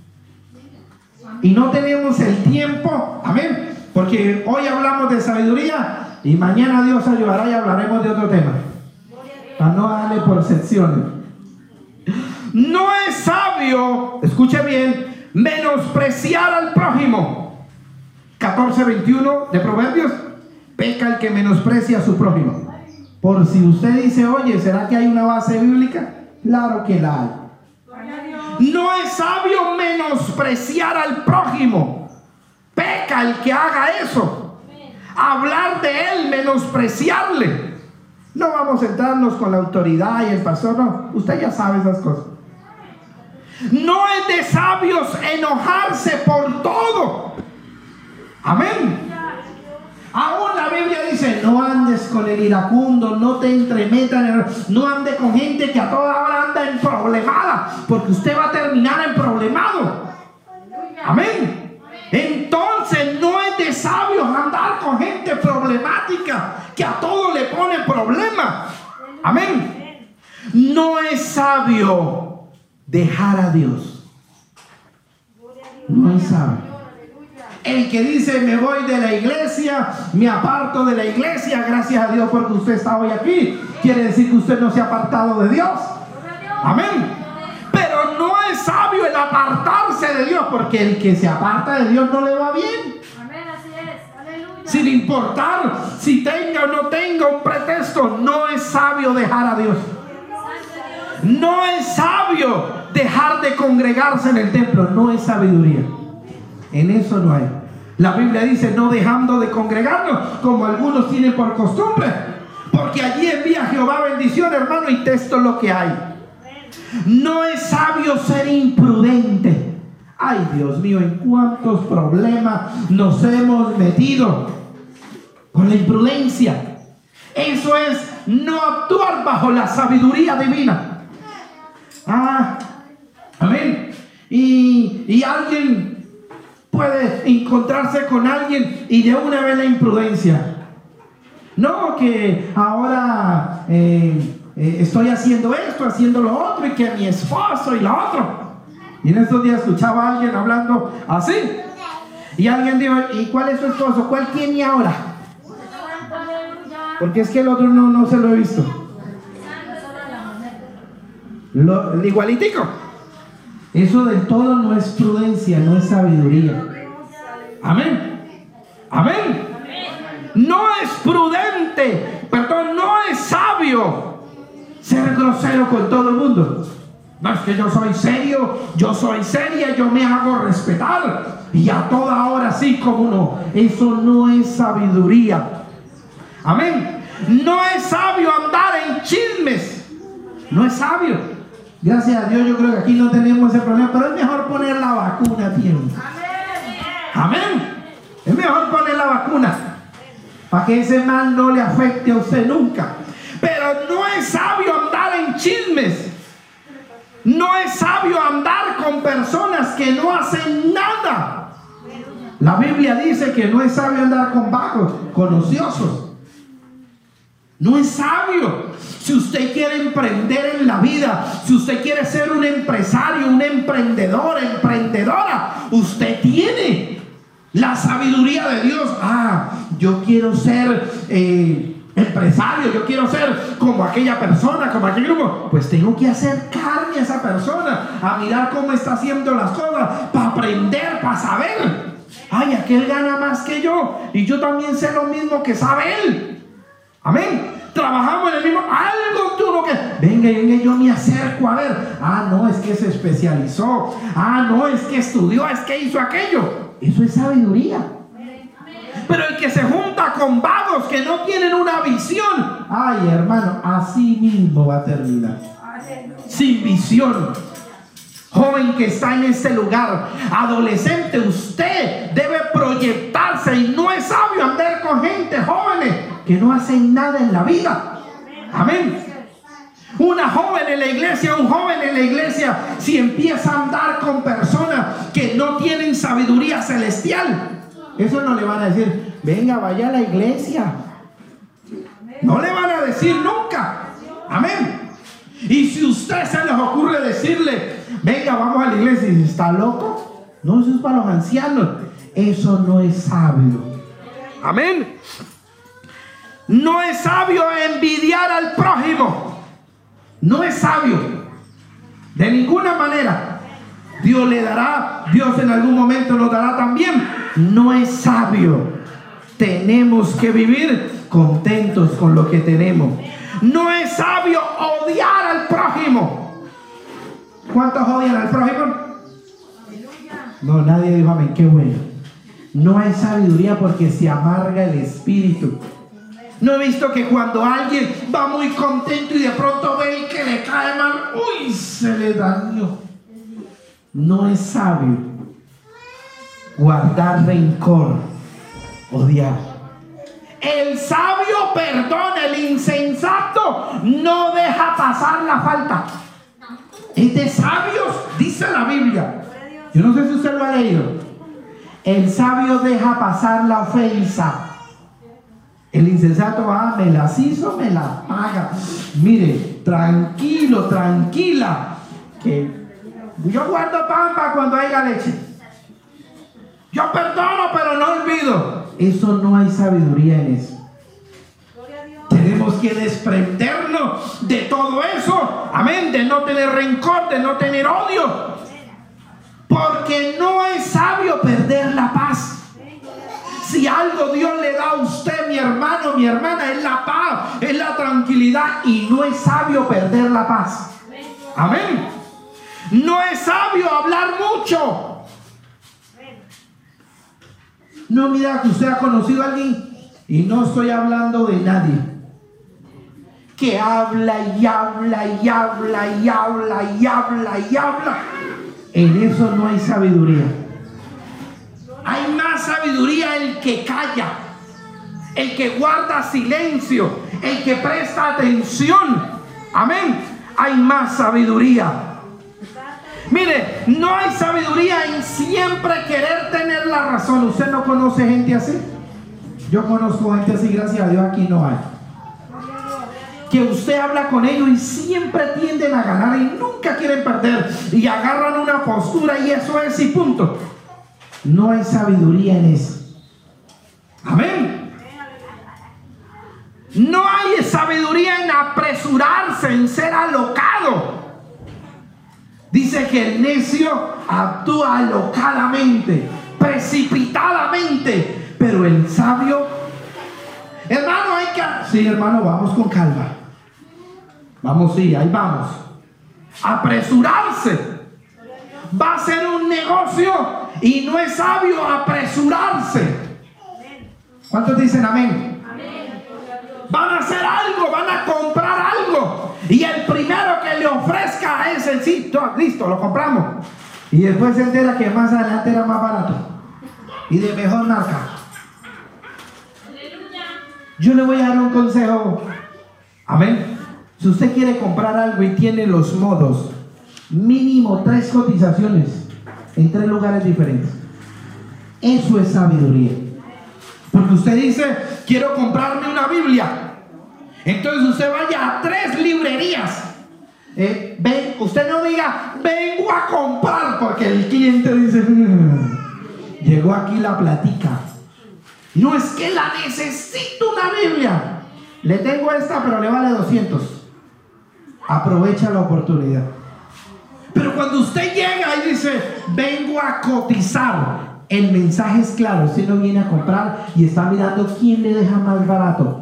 Y no tenemos el tiempo. Amén. Porque hoy hablamos de sabiduría y mañana Dios ayudará y hablaremos de otro tema. Para no darle por secciones. No es sabio, escuche bien, menospreciar al prójimo. catorce veintiuno de Proverbios. Peca el que menosprecia a su prójimo. Por si usted dice, oye, ¿será que hay una base bíblica? Claro que la hay. No es sabio menospreciar al prójimo. Peca el que haga eso. Hablar de él, menospreciarle. No vamos a centrarnos con la autoridad y el pastor, no, usted ya sabe esas cosas. No es de sabios enojarse por todo. Amén. Aún la Biblia dice, no andes con el iracundo, no te entremetas, en el, no ande con gente que a toda hora anda en problemada, porque usted va a terminar en problemado. Amén. Entonces no es de sabios andar con gente problemática que a todo le pone problema. Amén. No es sabio dejar a Dios. No es sabio. El que dice me voy de la iglesia, me aparto de la iglesia, gracias a Dios porque usted está hoy aquí, quiere decir que usted no se ha apartado de Dios. Amén. Pero no es sabio el apartarse de Dios, porque el que se aparta de Dios no le va bien. Amén, así es. Aleluya. Sin importar si tenga o no tenga un pretexto, no es sabio dejar a Dios. No es sabio dejar de congregarse en el templo, no es sabiduría. En eso no hay. La Biblia dice no dejando de congregarnos como algunos tienen por costumbre, porque allí envía Jehová bendición, hermano, y esto es lo que hay. No es sabio ser imprudente. Ay, Dios mío, en cuántos problemas nos hemos metido con la imprudencia. Eso es no actuar bajo la sabiduría divina. Ah, amén. Y, y alguien puede encontrarse con alguien y de una vez la imprudencia. No, que ahora eh, eh, estoy haciendo esto, haciendo lo otro, y que mi esposo y lo otro. Y en estos días escuchaba a alguien hablando así. Y alguien dijo, ¿y cuál es su esposo? ¿Cuál tiene ahora? Porque es que el otro no, no se lo he visto. Lo, el igualitico. Eso del todo no es prudencia, no es sabiduría. Amén. Amén. No es prudente, perdón, no es sabio ser grosero con todo el mundo. No es que yo soy serio, yo soy seria, yo me hago respetar y a toda hora sí como no. Eso no es sabiduría. Amén. No es sabio andar en chismes. No es sabio. Gracias a Dios yo creo que aquí no tenemos ese problema, pero es mejor poner la vacuna a tiempo. Amén. Es mejor poner la vacuna para que ese mal no le afecte a usted nunca. Pero no es sabio andar en chismes. No es sabio andar con personas que no hacen nada. La Biblia dice que no es sabio andar con vagos, con ociosos. No es sabio. Si usted quiere emprender en la vida, si usted quiere ser un empresario, un emprendedor, emprendedora, usted tiene la sabiduría de Dios. Ah, yo quiero ser eh, empresario, yo quiero ser como aquella persona, como aquel grupo. Pues tengo que acercarme a esa persona, a mirar cómo está haciendo las cosas, para aprender, para saber. Ay, aquel gana más que yo y yo también sé lo mismo que sabe él. Amén. Trabajamos en el mismo, algo tuvo que, venga, venga, yo me acerco a ver. Ah, no, es que se especializó. Ah, no, es que estudió, es que hizo aquello. Eso es sabiduría. Pero el que se junta con vagos que no tienen una visión, ay, hermano, así mismo va a terminar. Sin visión. Joven que está en este lugar, adolescente, usted debe proyectarse y no es sabio andar con gente jóvenes que no hacen nada en la vida. Amén. Una joven en la iglesia, un joven en la iglesia, si empieza a andar con personas que no tienen sabiduría celestial, eso no le van a decir, venga, vaya a la iglesia. No le van a decir nunca. Amén. Y si usted se les ocurre decirle, venga, vamos a la iglesia, y dice, ¿está loco? No, eso es para los ancianos. Eso no es sabio. Amén. No es sabio envidiar al prójimo. No es sabio. De ninguna manera. Dios le dará, Dios en algún momento nos dará también. No es sabio. Tenemos que vivir contentos con lo que tenemos. No es sabio odiar al prójimo. ¿Cuántos odian al prójimo? No, nadie dijo amén, qué bueno. No hay sabiduría porque se amarga el espíritu. No he visto que cuando alguien va muy contento y de pronto ve el que le cae mal, uy, se le dañó. No es sabio guardar rencor, odiar. El sabio perdona, el insensato no deja pasar la falta. Es de sabios, dice la Biblia. Yo no sé si usted lo ha leído. El sabio deja pasar la ofensa. El insensato, ah, me las hizo, me las paga. Mire, tranquilo, tranquila, que yo guardo pan para cuando haya leche. Yo perdono, pero no olvido. Eso no hay sabiduría en eso. Tenemos que desprendernos de todo eso. Amén. De no tener rencor, de no tener odio. Porque no es sabio perder la paz. Si algo Dios le da a usted, mi hermano, mi hermana, es la paz, es la tranquilidad. Y no es sabio perder la paz. Amén. No es sabio hablar mucho. No, mira que usted ha conocido a alguien, y no estoy hablando de nadie, que habla y habla y habla y habla y habla y habla. En eso no hay sabiduría. Hay más sabiduría el que calla, el que guarda silencio, el que presta atención. Amén. Hay más sabiduría. Mire, no hay sabiduría en siempre querer tener la razón. ¿Usted no conoce gente así? Yo conozco gente así, gracias a Dios aquí no hay. Que usted habla con ellos y siempre tienden a ganar y nunca quieren perder. Y agarran una postura y eso es y punto. No hay sabiduría en eso. Amén. No hay sabiduría en apresurarse, en ser alocado. Dice que el necio actúa alocadamente, precipitadamente, pero el sabio, hermano, hay que... Sí, hermano, vamos con calma. Vamos, sí, ahí vamos. Apresurarse va a ser un negocio y no es sabio apresurarse. ¿Cuántos dicen amén? Van a hacer algo, van a comprar algo. Y el primero que le ofrezca es el sí, listo, lo compramos. Y después se entera que más adelante era más barato y de mejor marca. Yo le voy a dar un consejo. Amén. Si usted quiere comprar algo y tiene los modos, mínimo tres cotizaciones en tres lugares diferentes. Eso es sabiduría. Porque usted dice, quiero comprarme una Biblia. Entonces usted vaya a tres librerías. Eh, ven, usted no diga, vengo a comprar, porque el cliente dice, mmm, llegó aquí la platica. No, es que la necesito una Biblia. Le tengo esta, pero le vale doscientos. Aprovecha la oportunidad. Pero cuando usted llega y dice, vengo a cotizar, el mensaje es claro. Usted no viene a comprar y está mirando quién le deja más barato.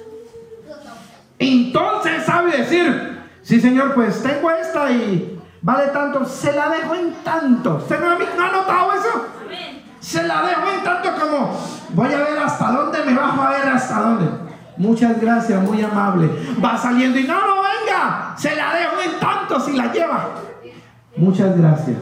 Entonces sabe decir, sí señor, pues tengo esta y vale tanto, se la dejo en tanto. ¿Usted no ha, no ha notado eso? Se la dejo en tanto, como voy a ver hasta dónde me bajo, a ver hasta dónde. Muchas gracias, muy amable. Va saliendo y no, no, venga, se la dejo en tanto si la lleva. Muchas gracias.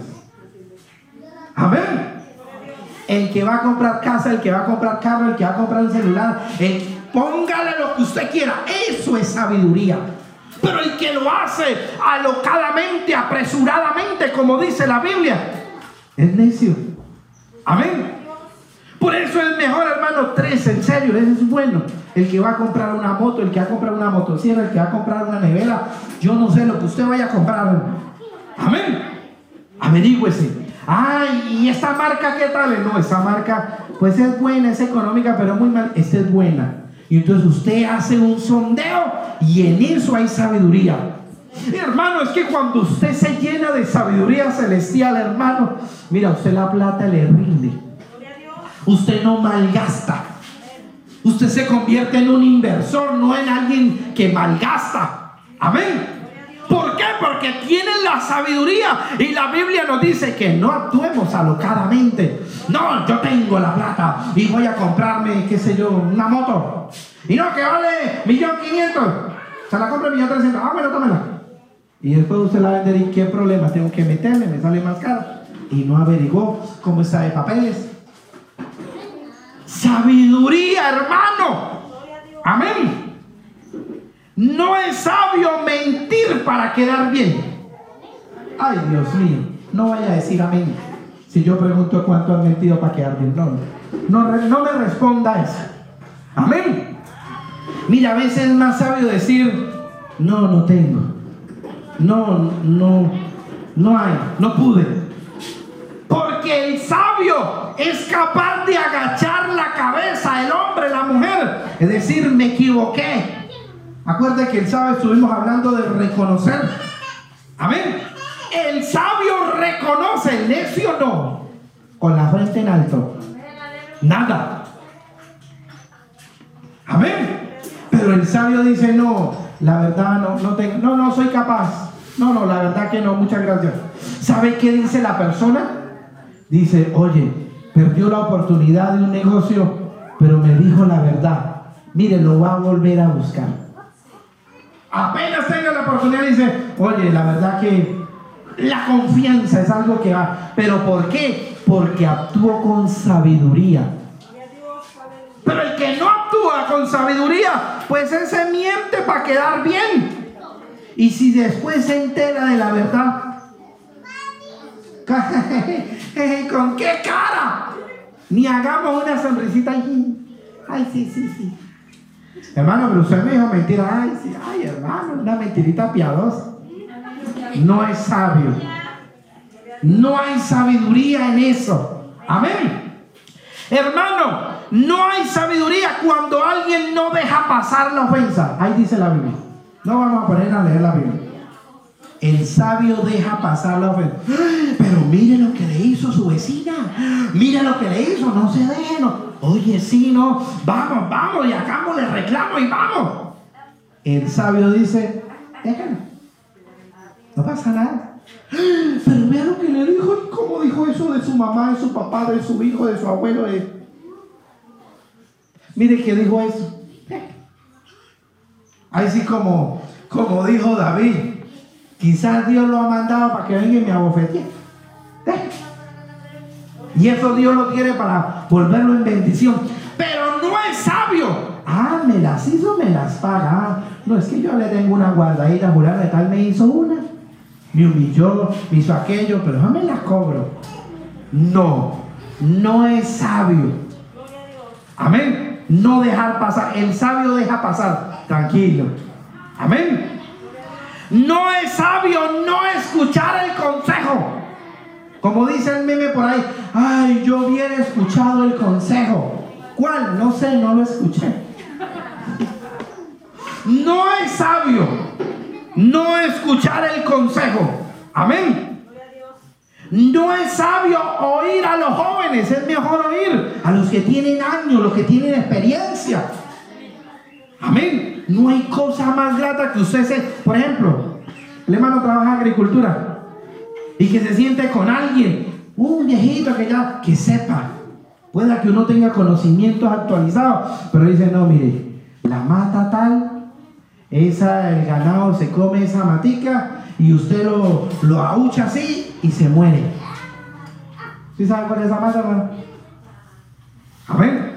Amén. El que va a comprar casa, el que va a comprar carro, el que va a comprar un celular, el, póngale lo que usted quiera. Eso es sabiduría. Pero el que lo hace alocadamente, apresuradamente, como dice la Biblia, es necio. Amén. Por eso es mejor, hermano, tres, en serio, eso es bueno. El que va a comprar una moto, el que va a comprar una motosierra, el que va a comprar una nevera, yo no sé lo que usted vaya a comprar. Amén. Averígüese. Ay, ¿y esta marca qué tal? No, esa marca pues es buena, es económica, pero muy mal. Esta es buena. Y entonces usted hace un sondeo y en eso hay sabiduría. Y hermano, es que cuando usted se llena de sabiduría celestial, hermano, mira, usted la plata le rinde. Usted no malgasta. Usted se convierte en un inversor, no en alguien que malgasta. Amén. ¿Por qué? Porque tienen la sabiduría. Y la Biblia nos dice que no actuemos alocadamente. No, yo tengo la plata y voy a comprarme, qué sé yo, una moto. Y no, que vale millón quinientos. Se la compra millón trescientos. Ah, bueno, tómela. Y después usted la vende y ¿qué problema tengo que meterle? Me sale más caro. Y no averiguó cómo está de papeles. Sabiduría, hermano. Amén. No es sabio mentir para quedar bien. Ay, Dios mío. No vaya a decir amén si yo pregunto cuánto han mentido para quedar bien. No, no, no me responda eso. Amén. Mira, a veces es más sabio decir, no, no tengo. No, no, no hay, no pude. Porque el sabio es capaz de agachar la cabeza, el hombre, la mujer. Es decir, me equivoqué. Acuérdate que el sabio estuvimos hablando de reconocer. Amén. El sabio reconoce, el necio no. Con la frente en alto. Nada. Amén. Pero el sabio dice, no, la verdad no, no tengo, no, no soy capaz. No, no, la verdad que no, muchas gracias. ¿Sabe qué dice la persona? Dice, oye, perdió la oportunidad de un negocio, pero me dijo la verdad. Mire, lo va a volver a buscar. Apenas tenga la oportunidad, dice, oye, la verdad que la confianza es algo que va. ¿Pero por qué? Porque actuó con sabiduría. Pero el que no actúa con sabiduría, pues ese miente para quedar bien. Y si después se entera de la verdad, ¿con qué cara? Ni hagamos una sonrisita. Ay, sí, sí, sí. Hermano, pero usted me dijo mentira. Ay, sí, ay, hermano, una mentirita piadosa. No es sabio. No hay sabiduría en eso. Amén. Hermano, no hay sabiduría cuando alguien no deja pasar la ofensa. Ahí dice la Biblia. No vamos a poner a leer la Biblia. El sabio deja pasar la ofensa. Pero mire lo que le hizo su vecina. Mire lo que le hizo. No se deje. No. Oye, sí, no. Vamos, vamos. Y hagamos le reclamo y vamos. El sabio dice, déjalo. No pasa nada. Pero vea lo que le dijo. ¿Cómo dijo eso de su mamá, de su papá, de su hijo, de su abuelo? De... Mire que dijo eso. Ahí sí como, como dijo David. Quizás Dios lo ha mandado para que venga y me abofetee. Y eso Dios lo quiere para volverlo en bendición. Pero no es sabio. Ah, me las hizo, me las paga. No, es que yo le tengo una guardadita, fulana de tal me hizo una. Me humilló, me hizo aquello, pero yo me la cobro. No, no es sabio. Amén. No dejar pasar. El sabio deja pasar. Tranquilo. Amén. No es sabio no escuchar el consejo. Como dice el meme por ahí. Ay, yo hubiera escuchado el consejo. ¿Cuál? No sé, no lo escuché. No es sabio no escuchar el consejo. Amén. No es sabio oír a los jóvenes. Es mejor oír a los que tienen años, los que tienen experiencia. Amén. No hay cosa más grata que usted se... Por ejemplo, el hermano trabaja en agricultura y que se siente con alguien, un viejito que ya, que sepa. Pueda que uno tenga conocimientos actualizados, pero dice, no, mire, la mata tal, esa, el ganado se come esa matica y usted lo, lo ahucha así y se muere. ¿Sí sabe cuál es esa mata, hermano? Amén.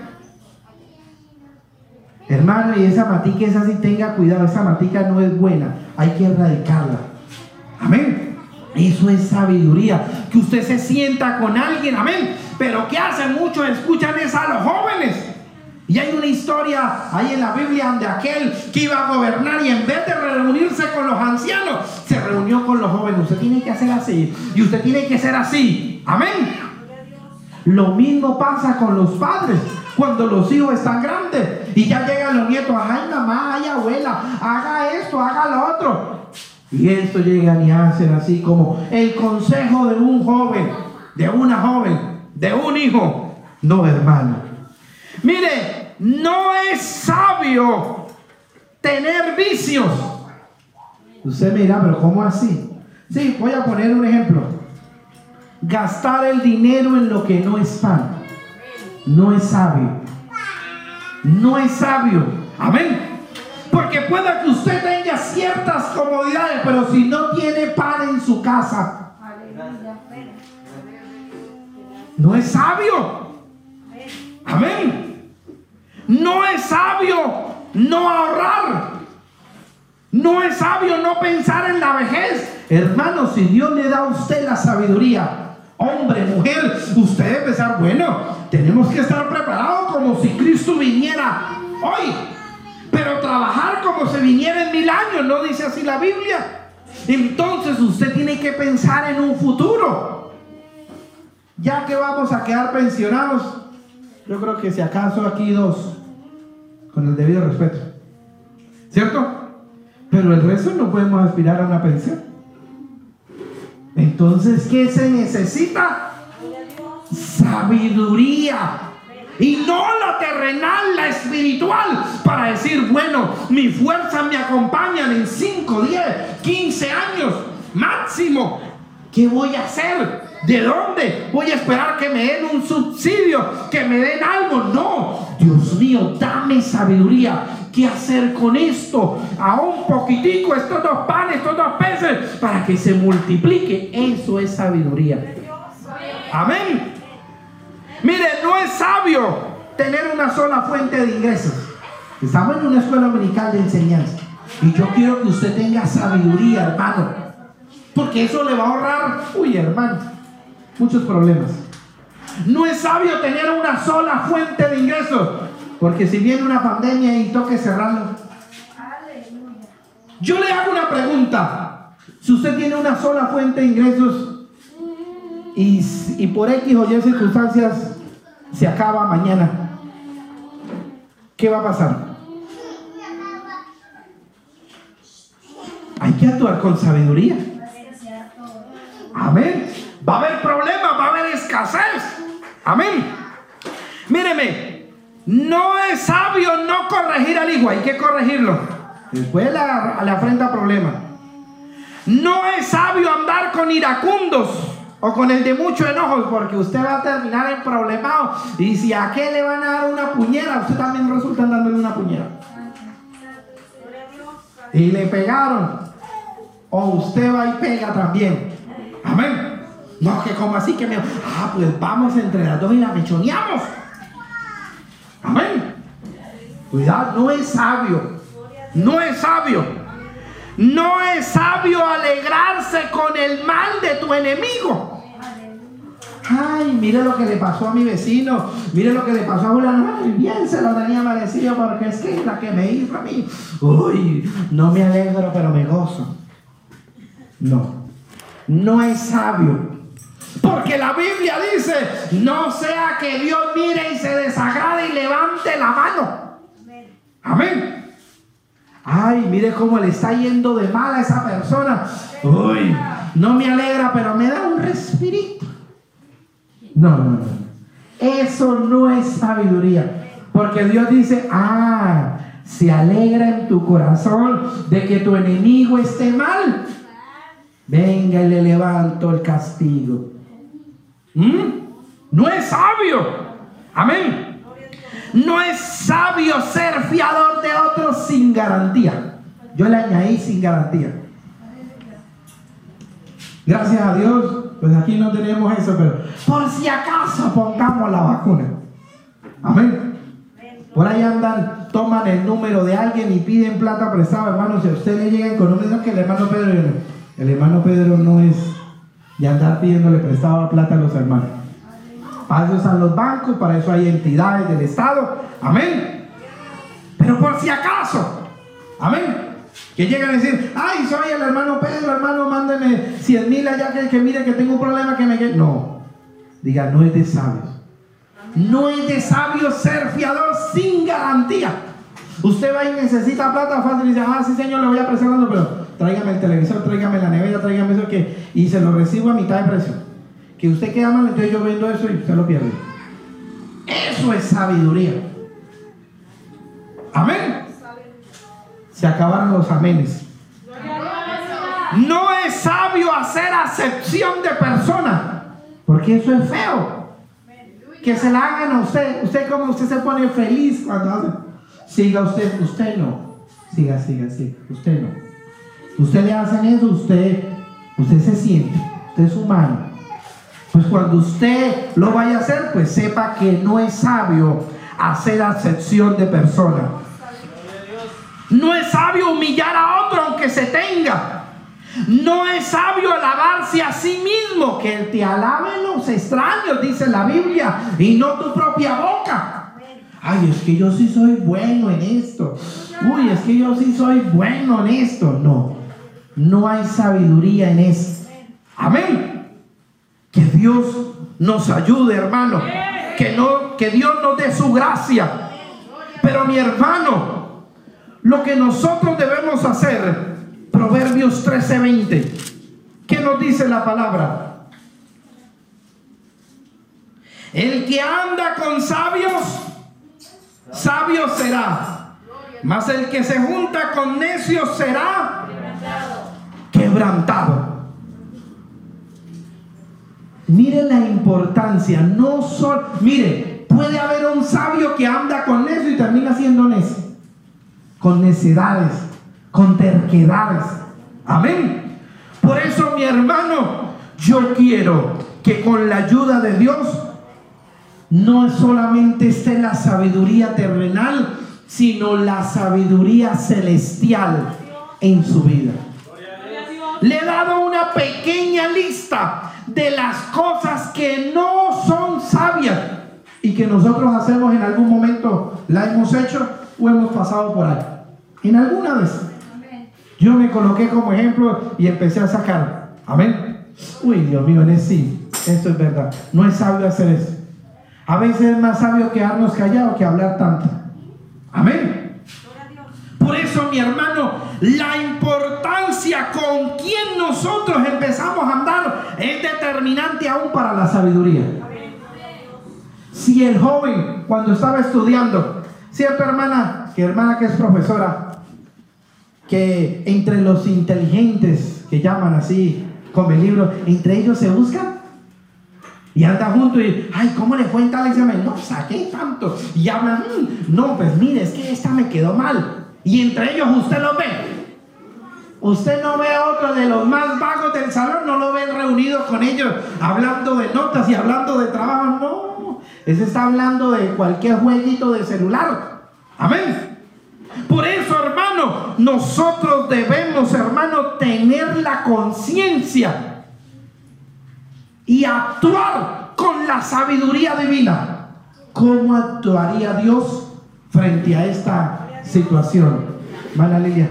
Hermano, y esa matica es así, tenga cuidado, esa matica no es buena, hay que erradicarla. Amén. Eso es sabiduría, que usted se sienta con alguien, amén. Pero ¿qué hacen muchos? Escuchan es a los jóvenes. Y hay una historia ahí en la Biblia donde aquel que iba a gobernar y en vez de reunirse con los ancianos, se reunió con los jóvenes. Usted tiene que hacer así y usted tiene que ser así. Amén. Lo mismo pasa con los padres. Cuando los hijos están grandes y ya llegan los nietos, ay mamá, ay abuela, haga esto, haga lo otro. Y esto llegan y hacen así como el consejo de un joven, de una joven, de un hijo. No, hermano. Mire, no es sabio tener vicios. Usted me dirá, pero ¿cómo así? Sí, voy a poner un ejemplo. Gastar el dinero en lo que no es pan. No es sabio. No es sabio. Amén. Porque pueda que usted tenga ciertas comodidades, pero si no tiene pan en su casa, no es sabio. Amén. No es sabio no ahorrar. No es sabio no pensar en la vejez. Hermano, si Dios le da a usted la sabiduría, hombre, mujer, usted debe pensar, bueno, tenemos que estar preparados como si Cristo viniera hoy, pero trabajar como si viniera en mil años, ¿no dice así la Biblia? Entonces usted tiene que pensar en un futuro. Ya que vamos a quedar pensionados, yo creo que si acaso aquí dos, con el debido respeto, ¿cierto? Pero el resto no podemos aspirar a una pensión. Entonces, ¿qué se necesita? Sabiduría. Y no la terrenal, la espiritual, para decir, bueno, mis fuerzas me acompañan en cinco, diez, quince años máximo. ¿Qué voy a hacer? ¿De dónde? ¿Voy a esperar que me den un subsidio? ¿Que me den algo? No. Dios mío, dame sabiduría. ¿Qué hacer con esto? A un poquitico, estos dos panes, estos dos peces, para que se multiplique. Eso es sabiduría. Amén. Mire, no es sabio tener una sola fuente de ingresos. Estamos en una escuela dominical de enseñanza y yo quiero que usted tenga sabiduría, hermano, porque eso le va a ahorrar, uy, hermano, muchos problemas. No es sabio tener una sola fuente de ingresos, porque si viene una pandemia y toque cerrarlo. Yo le hago una pregunta. Si usted tiene una sola fuente de ingresos y, y por X o Y circunstancias se acaba mañana, ¿qué va a pasar? Hay que actuar con sabiduría. Amén. Va a haber problemas, va a haber escasez. Amén. Míreme, no es sabio no corregir al hijo, hay que corregirlo. Después la, le afrenta problemas. No es sabio andar con iracundos o con el de mucho enojo, porque usted va a terminar en problemado. Y si a qué le van a dar una puñera, usted también resulta dándole una puñera. Y le pegaron, o usted va y pega también. Amén. No, que como así que me... Ah, pues vamos entre las dos y la mechoneamos. Amén. Cuidado, no es sabio. No es sabio. No es sabio alegrarse con el mal de tu enemigo. Ay, mire lo que le pasó a mi vecino. Mire lo que le pasó a Julián. Ay, bien se lo tenía merecido, porque es que es la que me hizo a mí. Uy, no me alegro, pero me gozo. No, no es sabio. Porque la Biblia dice, no sea que Dios mire y se desagrade y levante la mano. Amén. Ay, mire cómo le está yendo de mal a esa persona. Uy, no me alegra, pero me da un respirito. No, no, no. Eso no es sabiduría. Porque Dios dice, ah, se alegra en tu corazón de que tu enemigo esté mal. Venga y le levanto el castigo. ¿Mm? No es sabio. Amén. No es sabio ser fiador de otros sin garantía. Yo le añadí sin garantía. Gracias a Dios, pues aquí no tenemos eso, pero por si acaso pongamos la vacuna. Amén. Por ahí andan, toman el número de alguien y piden plata prestada, hermano. Si a usted le llegan con un número, que el hermano Pedro, el hermano Pedro no es de andar pidiéndole prestado plata a los hermanos. Para eso están los bancos, para eso hay entidades del Estado. Amén. Pero por si acaso, amén, que llegan a decir, ay, soy el hermano Pedro, hermano, mándeme cien mil allá, que, que mire que tengo un problema, que me... No, diga, no es de sabios. No es de sabios ser fiador sin garantía. Usted va y necesita plata fácil y dice, ah, sí señor, le voy a prestar, pero tráigame el televisor, tráigame la nevera, tráigame eso, que, y se lo recibo a mitad de precio. Que usted queda mal, entonces yo vendo eso y usted lo pierde. Eso es sabiduría. Amén. Se acabaron los amenes. No es sabio hacer acepción de personas, porque eso es feo. Que se la hagan a usted. Usted como usted se pone feliz cuando hace. Siga usted, usted no. Siga, siga, siga. Usted no. Usted le hacen eso, usted, usted se siente. Usted es humano. Pues cuando usted lo vaya a hacer, pues sepa que no es sabio hacer acepción de persona. No es sabio humillar a otro aunque se tenga. No es sabio alabarse a sí mismo. Que él te alabe los extraños, dice la Biblia, y no tu propia boca. Ay, es que yo sí soy bueno en esto. Uy, es que yo sí soy bueno en esto. No, no hay sabiduría en eso. Amén. Que Dios nos ayude, hermano. Que, no, que Dios nos dé su gracia. Pero mi hermano, lo que nosotros debemos hacer, Proverbios trece veinte, ¿qué nos dice la palabra? El que anda con sabios, sabio será, mas el que se junta con necios será quebrantado. Mire la importancia, no solo, mire, puede haber un sabio que anda con necio y termina siendo necio, con necedades, con terquedades. Amén. Por eso, mi hermano, yo quiero que con la ayuda de Dios no solamente esté la sabiduría terrenal, sino la sabiduría celestial en su vida. Le he dado una pequeña lista de las cosas que no son sabias y que nosotros hacemos en algún momento, la hemos hecho o hemos pasado por ahí. En alguna vez yo me coloqué como ejemplo y empecé a sacar. Amén. Uy, Dios mío, en sí, esto es verdad. No es sabio hacer eso. A veces es más sabio quedarnos callados que hablar tanto. Amén. Por eso, mi hermano, la importancia con quien nosotros empezamos a andar es determinante aún para la sabiduría. Si el joven, cuando estaba estudiando, cierta hermana, que hermana que es profesora, que entre los inteligentes, que llaman así, come libros, entre ellos se buscan y andan juntos y, ay, ¿cómo le fue en tal examen? No, saqué tanto. Y hablan, mmm, no, pues mire, es que esta me quedó mal. Y entre ellos usted lo ve. Usted no ve a otro de los más vagos del salón, no lo ve reunido con ellos, hablando de notas y hablando de trabajo. No, ese está hablando de cualquier jueguito de celular. Amén. Por eso, hermano, nosotros debemos, hermano, tener la conciencia y actuar con la sabiduría divina. ¿Cómo actuaría Dios frente a esta situación? Hermana Lilia,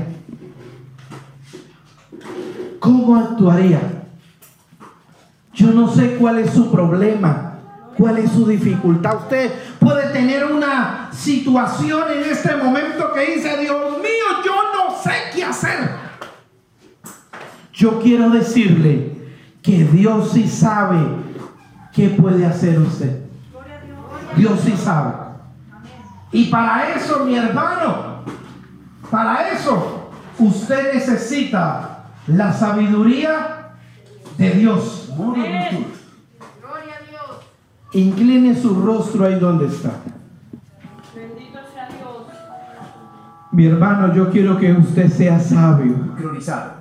¿cómo actuaría? Yo no sé cuál es su problema, cuál es su dificultad. Usted puede tener una situación en este momento que dice, Dios mío, yo no sé qué hacer. Yo quiero decirle que Dios sí sabe qué puede hacer usted. Dios sí sabe. Y para eso, mi hermano, para eso usted necesita la sabiduría de Dios. Gloria a Dios. Incline su rostro ahí donde está. Bendito sea Dios. Mi hermano, yo quiero que usted sea sabio. Priorizado.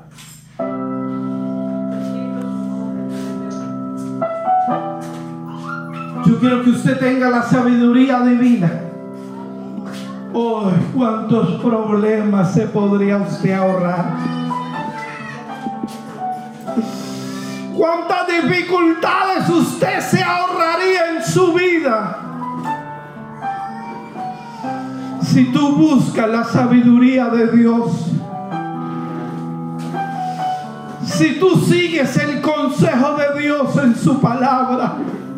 Yo quiero que usted tenga la sabiduría divina. Oh, cuántos problemas se podría usted ahorrar. Cuántas dificultades usted se ahorraría en su vida si tú buscas la sabiduría de Dios. Si tú sigues el consejo de Dios en su palabra.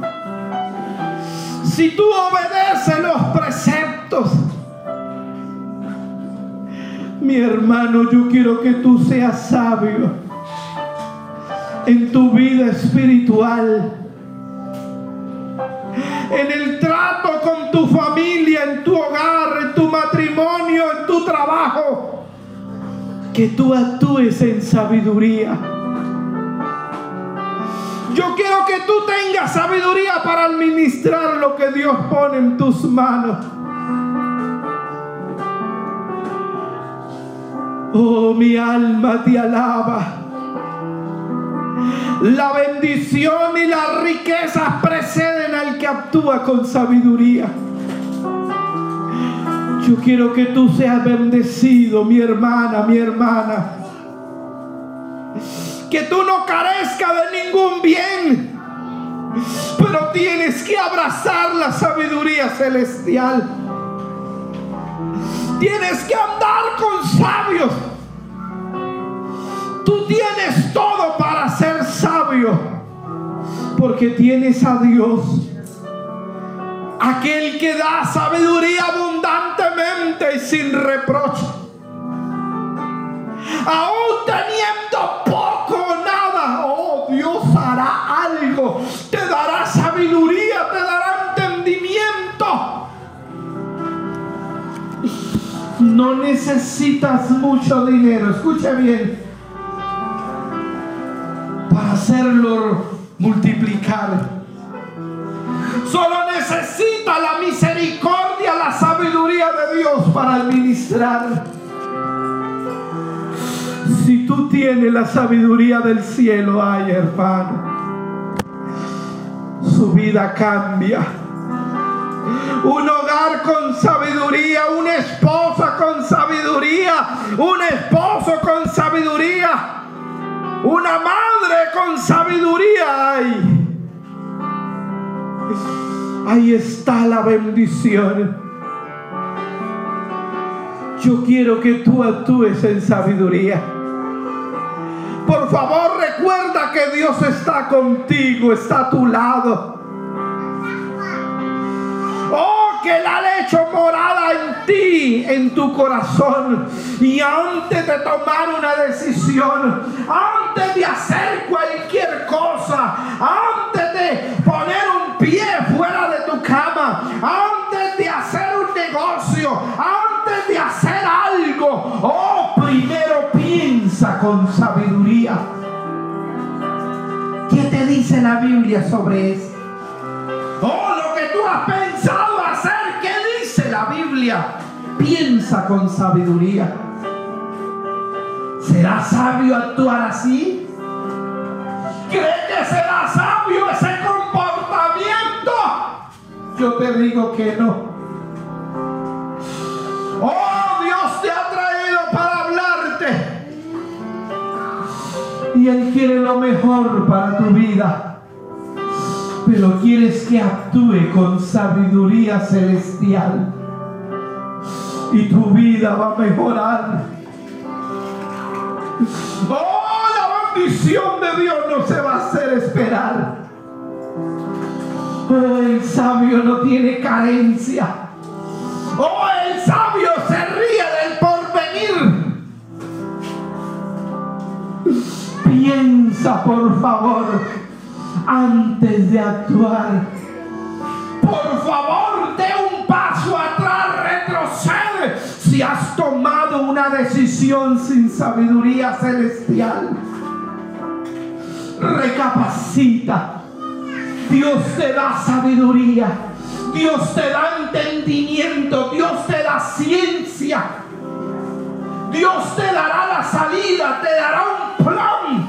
Si tú obedeces los preceptos. Mi hermano, yo quiero que tú seas sabio en tu vida espiritual, en el trato con tu familia, en tu hogar, en tu matrimonio, en tu trabajo. Que tú actúes en sabiduría. Yo quiero que tú tengas sabiduría para administrar lo que Dios pone en tus manos. Oh, mi alma te alaba. La bendición y las riquezas preceden al que actúa con sabiduría. Yo quiero que tú seas bendecido, mi hermana, mi hermana. Que tú no carezcas de ningún bien, pero tienes que abrazar la sabiduría celestial. Tienes que andar con sabios. Tú tienes todo para ser sabio, porque tienes a Dios, aquel que da sabiduría abundantemente y sin reproche. Aún teniendo poco o nada, oh, Dios hará algo. Te dará sabiduría, te dará entendimiento. No necesitas mucho dinero, escuche bien, para hacerlo multiplicar. Solo necesita la misericordia, la sabiduría de Dios para administrar. Si tú tienes la sabiduría del cielo, ay, hermano, su vida cambia. Un hogar con sabiduría, una esposa con sabiduría, un esposo con sabiduría, una madre con sabiduría. Ay, ahí está la bendición. Yo quiero que tú actúes en sabiduría. Por favor, recuerda que Dios está contigo, está a tu lado. Oh, que Él ha hecho morada en ti, en tu corazón. Y antes de tomar una decisión, antes de hacer cualquier cosa, antes de poner un pie fuera de tu cama, antes de hacer un negocio, antes de hacer algo, oh, primero piensa con sabiduría. ¿Qué te dice la Biblia sobre eso? Oh, lo que tú has pensado hacer, ¿qué dice la Biblia? Piensa con sabiduría. ¿Será sabio actuar así? ¿Cree que será sabio ese comportamiento? Yo te digo que no. Oh, Dios te ha traído para hablarte. Y Él quiere lo mejor para tu vida. Pero quieres que actúe con sabiduría celestial. Y tu vida va a mejorar. Oh, la bendición de Dios no se va a hacer esperar. Oh, el sabio no tiene carencia. Oh, el sabio se ríe del porvenir. Piensa, por favor, antes de actuar. Por favor, dé un paso atrás, retrocede si has tomado una decisión sin sabiduría celestial. Recapacita. Dios te da sabiduría, Dios te da entendimiento, Dios te da ciencia, Dios te dará la salida, te dará un plan.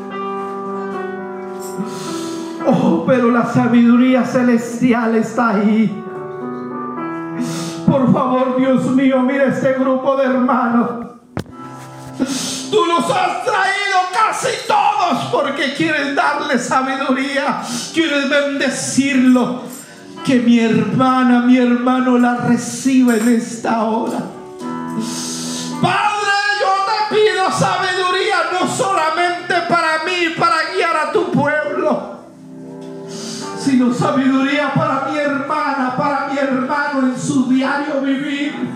Oh, pero la sabiduría celestial está ahí. Por favor, Dios mío, mira este grupo de hermanos. Tú los has traído casi todos porque quieres darle sabiduría, quieres bendecirlo. Que mi hermana, mi hermano la reciba en esta hora. Padre, yo te pido sabiduría no solamente para mí, para guiar a tu pueblo, sino sabiduría para mi hermana, para mi hermano en su diario vivir.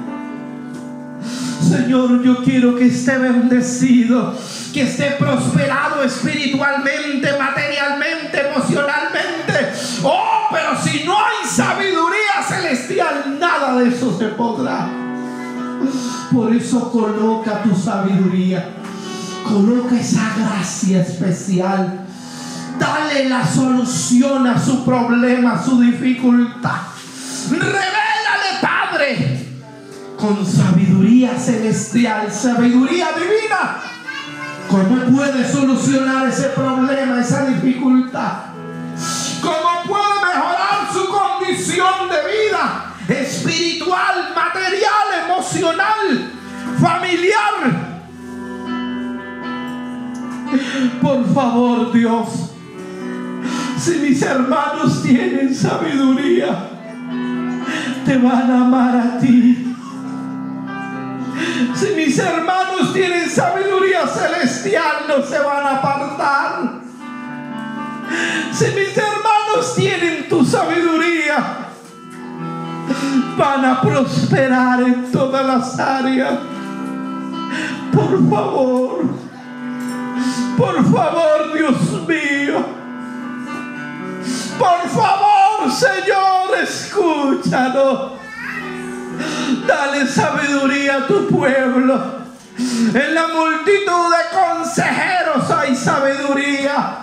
Señor, yo quiero que esté bendecido, que esté prosperado espiritualmente, materialmente, emocionalmente. Oh, pero si no hay sabiduría celestial, nada de eso se podrá. Por eso coloca tu sabiduría, coloca esa gracia especial. Dale la solución a su problema, a su dificultad. Revélale, Padre, con sabiduría celestial, sabiduría divina. ¿Cómo puede solucionar ese problema, esa dificultad? ¿Cómo puede mejorar su condición de vida espiritual, material, emocional, familiar? Por favor, Dios, si mis hermanos tienen sabiduría, te van a amar a ti. Si mis hermanos tienen sabiduría celestial, no se van a apartar. Si mis hermanos tienen tu sabiduría, van a prosperar en todas las áreas. Por favor, por favor, Dios mío, por favor, Señor, escúchanos. Dale sabiduría a tu pueblo. En la multitud de consejeros hay sabiduría.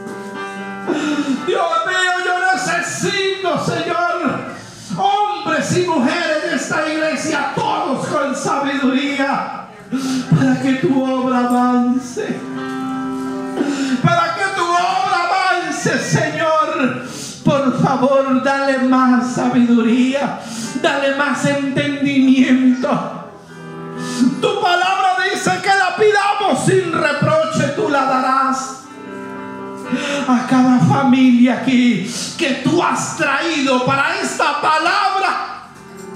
Dios mío, yo necesito, Señor, hombres y mujeres de esta iglesia, todos con sabiduría, para que tu obra avance. Para que tu obra avance, Señor. Por favor, dale más sabiduría, dale más entendimiento. Tu palabra dice que la pidamos sin reproche, tú la darás a cada familia aquí que tú has traído para esta palabra.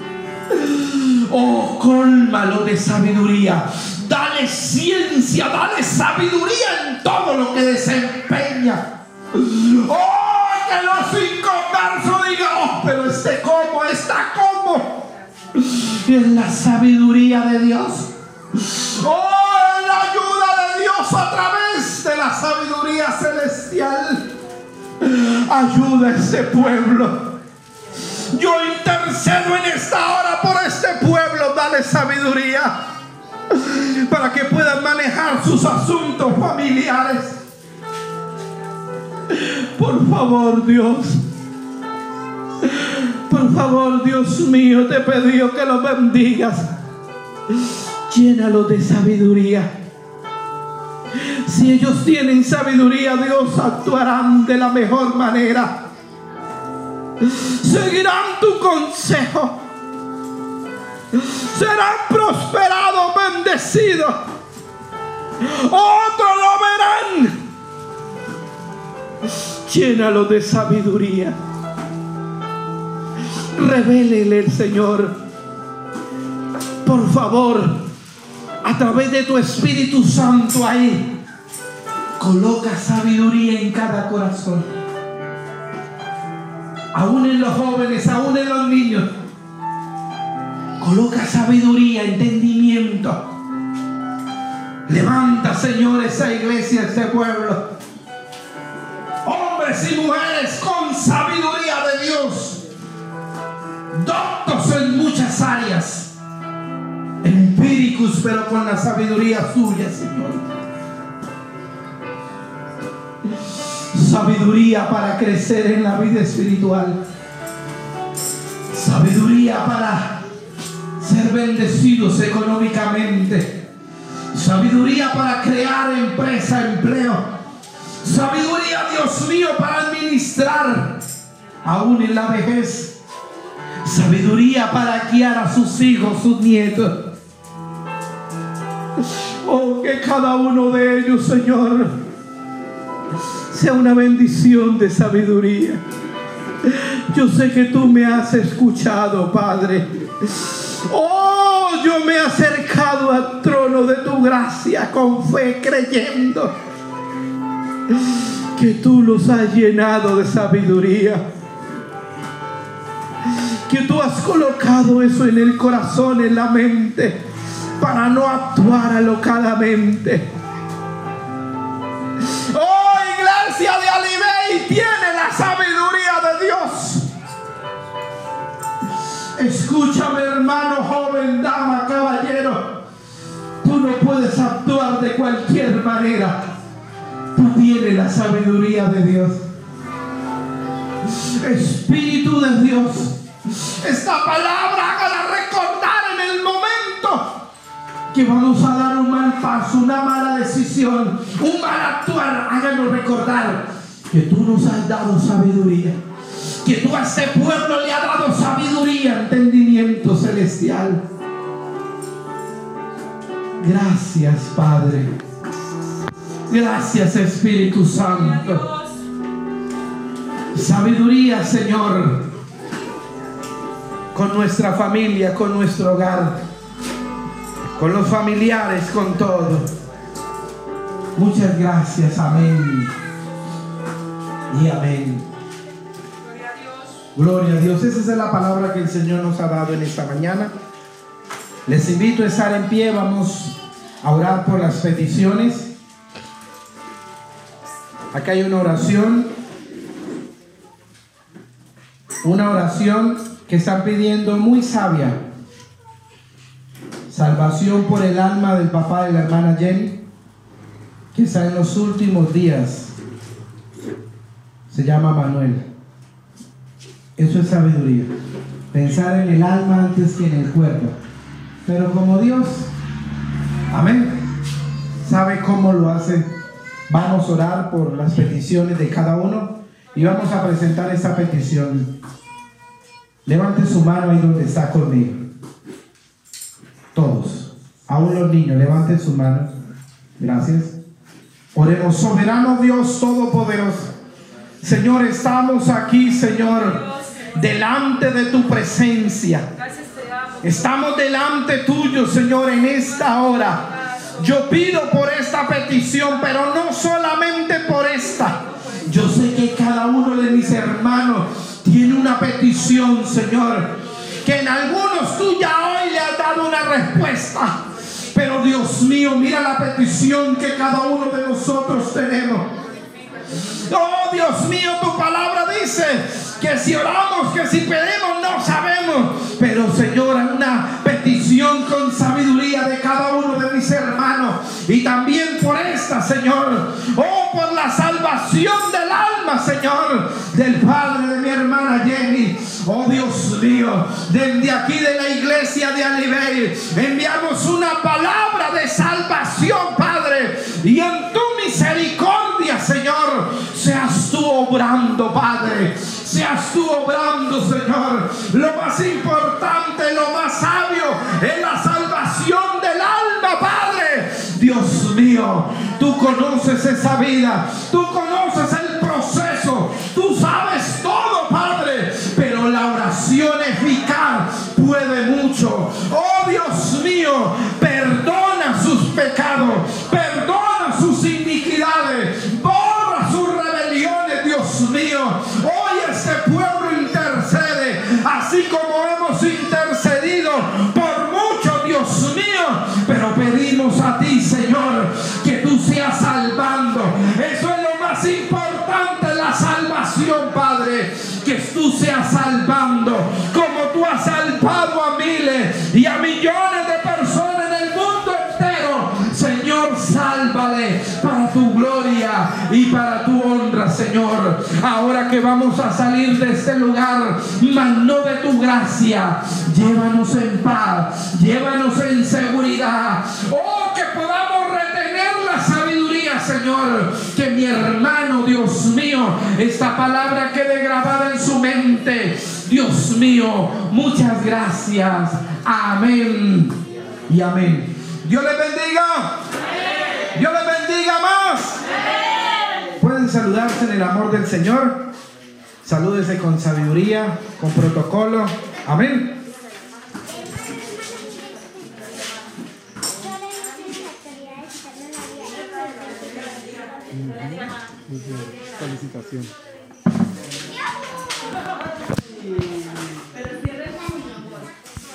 Oh, cólmalo de sabiduría. Dale ciencia, dale sabiduría en todo lo que desempeña. Oh, que los inconversos digan, oh, pero este cómo, está cómo. Y es la sabiduría de Dios. Oh, es la ayuda de Dios a través de la sabiduría celestial. Ayuda a este pueblo. Yo intercedo en esta hora por este pueblo. Dale sabiduría para que puedan manejar sus asuntos familiares. Por favor, Dios, por favor, Dios mío, te pedí que los bendigas. Llénalos de sabiduría. Si ellos tienen sabiduría, Dios, actuarán de la mejor manera. Seguirán tu consejo. Serán prosperados, bendecidos. Otros lo verán. Llénalo de sabiduría. Revélele el Señor. Por favor, a través de tu Espíritu Santo ahí, coloca sabiduría en cada corazón. Aún en los jóvenes, aún en los niños. Coloca sabiduría, entendimiento. Levanta, Señor, esa iglesia, ese pueblo. Hombres y mujeres con sabiduría de Dios, doctos en muchas áreas, empíricos, pero con la sabiduría suya, Señor. Sabiduría para crecer en la vida espiritual, sabiduría para ser bendecidos económicamente, sabiduría para crear empresa, empleo. Sabiduría, Dios mío, para administrar aún en la vejez. Sabiduría para guiar a sus hijos, sus nietos. Oh, que cada uno de ellos, Señor, sea una bendición de sabiduría. Yo sé que tú me has escuchado, Padre. Oh, yo me he acercado al trono de tu gracia con fe, creyendo que tú los has llenado de sabiduría, que tú has colocado eso en el corazón, en la mente, para no actuar alocadamente. Oh, iglesia de Alibey, tiene la sabiduría de Dios. Escúchame, hermano, joven, dama, caballero. Tú no puedes actuar de cualquier manera. Tú tienes la sabiduría de Dios. Espíritu de Dios, esta palabra hágala recordar en el momento que vamos a dar un mal paso, una mala decisión, un mal actuar, háganos recordar que tú nos has dado sabiduría, que tú a este pueblo le has dado sabiduría, entendimiento celestial. Gracias, Padre. Gracias, Espíritu Santo. Sabiduría, Señor, con nuestra familia, con nuestro hogar, con los familiares, con todo. Muchas gracias. Amén y amén. Gloria a Dios. Gloria a Dios. Esa es la palabra que el Señor nos ha dado en esta mañana. Les invito a estar en pie. Vamos a orar por las peticiones. Acá hay una oración. Una oración que están pidiendo muy sabia. Salvación por el alma del papá de la hermana Jenny, que está en los últimos días. Se llama Manuel. Eso es sabiduría. Pensar en el alma antes que en el cuerpo. Pero como Dios, amén, sabe cómo lo hace, vamos a orar por las peticiones de cada uno y vamos a presentar esta petición. Levante su mano ahí donde está conmigo. Todos, aún los niños, levanten sus manos. Gracias. Oremos. Soberano Dios Todopoderoso, Señor, estamos aquí, Señor, delante de tu presencia. Estamos delante tuyo, Señor, en esta hora. Yo pido por esta petición, pero no solamente por esta. Yo sé que cada uno de mis hermanos tiene una petición, Señor, que en algunos tú ya hoy le has dado una respuesta. Pero Dios mío, mira la petición que cada uno de nosotros tenemos. Oh Dios mío, tu palabra dice que si oramos, que si pedimos, no sabemos. Pero Señor, una petición con sabiduría de cada uno de mis hermanos. Y también por esta, Señor, oh, por la salvación del alma, Señor, del padre de mi hermana Jenny. Oh Dios mío, desde aquí de la iglesia de Aliber enviamos una palabra de salvación, Padre, y en tu misericordia, Señor, seas tú obrando, Padre, seas tú obrando, Señor. Lo más importante, lo más sabio es la salvación del alma, Padre. Dios mío, tú conoces esa vida, tú conoces el proceso, tú sabes todo, Padre, pero la oración eficaz puede mucho. Oh Dios mío, perdona sus pecados, perdona sus iniquidades, borra sus rebeliones, Dios mío. Hoy este pueblo intercede, así como hemos intercedido por mucho, Dios mío, pero pedimos a ti, Señor, que tú seas salvando. Eso es lo más importante, la salvación, Padre, que tú seas salvando, como tú has salvado a miles y a millones de personas en el mundo entero. Señor, sálvale para tu gloria y para tu honra, Señor. Ahora que vamos a salir de este lugar, mas no de tu gracia, llévanos en paz, llévanos en seguridad. Oh, que podamos retener la sabiduría, Señor, que mi hermano, Dios mío, esta palabra quede grabada en su mente. Dios mío, muchas gracias. Amén y amén. Dios les bendiga. Amén. Dios les bendiga más. Amén. Pueden saludarse en el amor del Señor. Salúdese con sabiduría, con protocolo. Amén. Felicitación.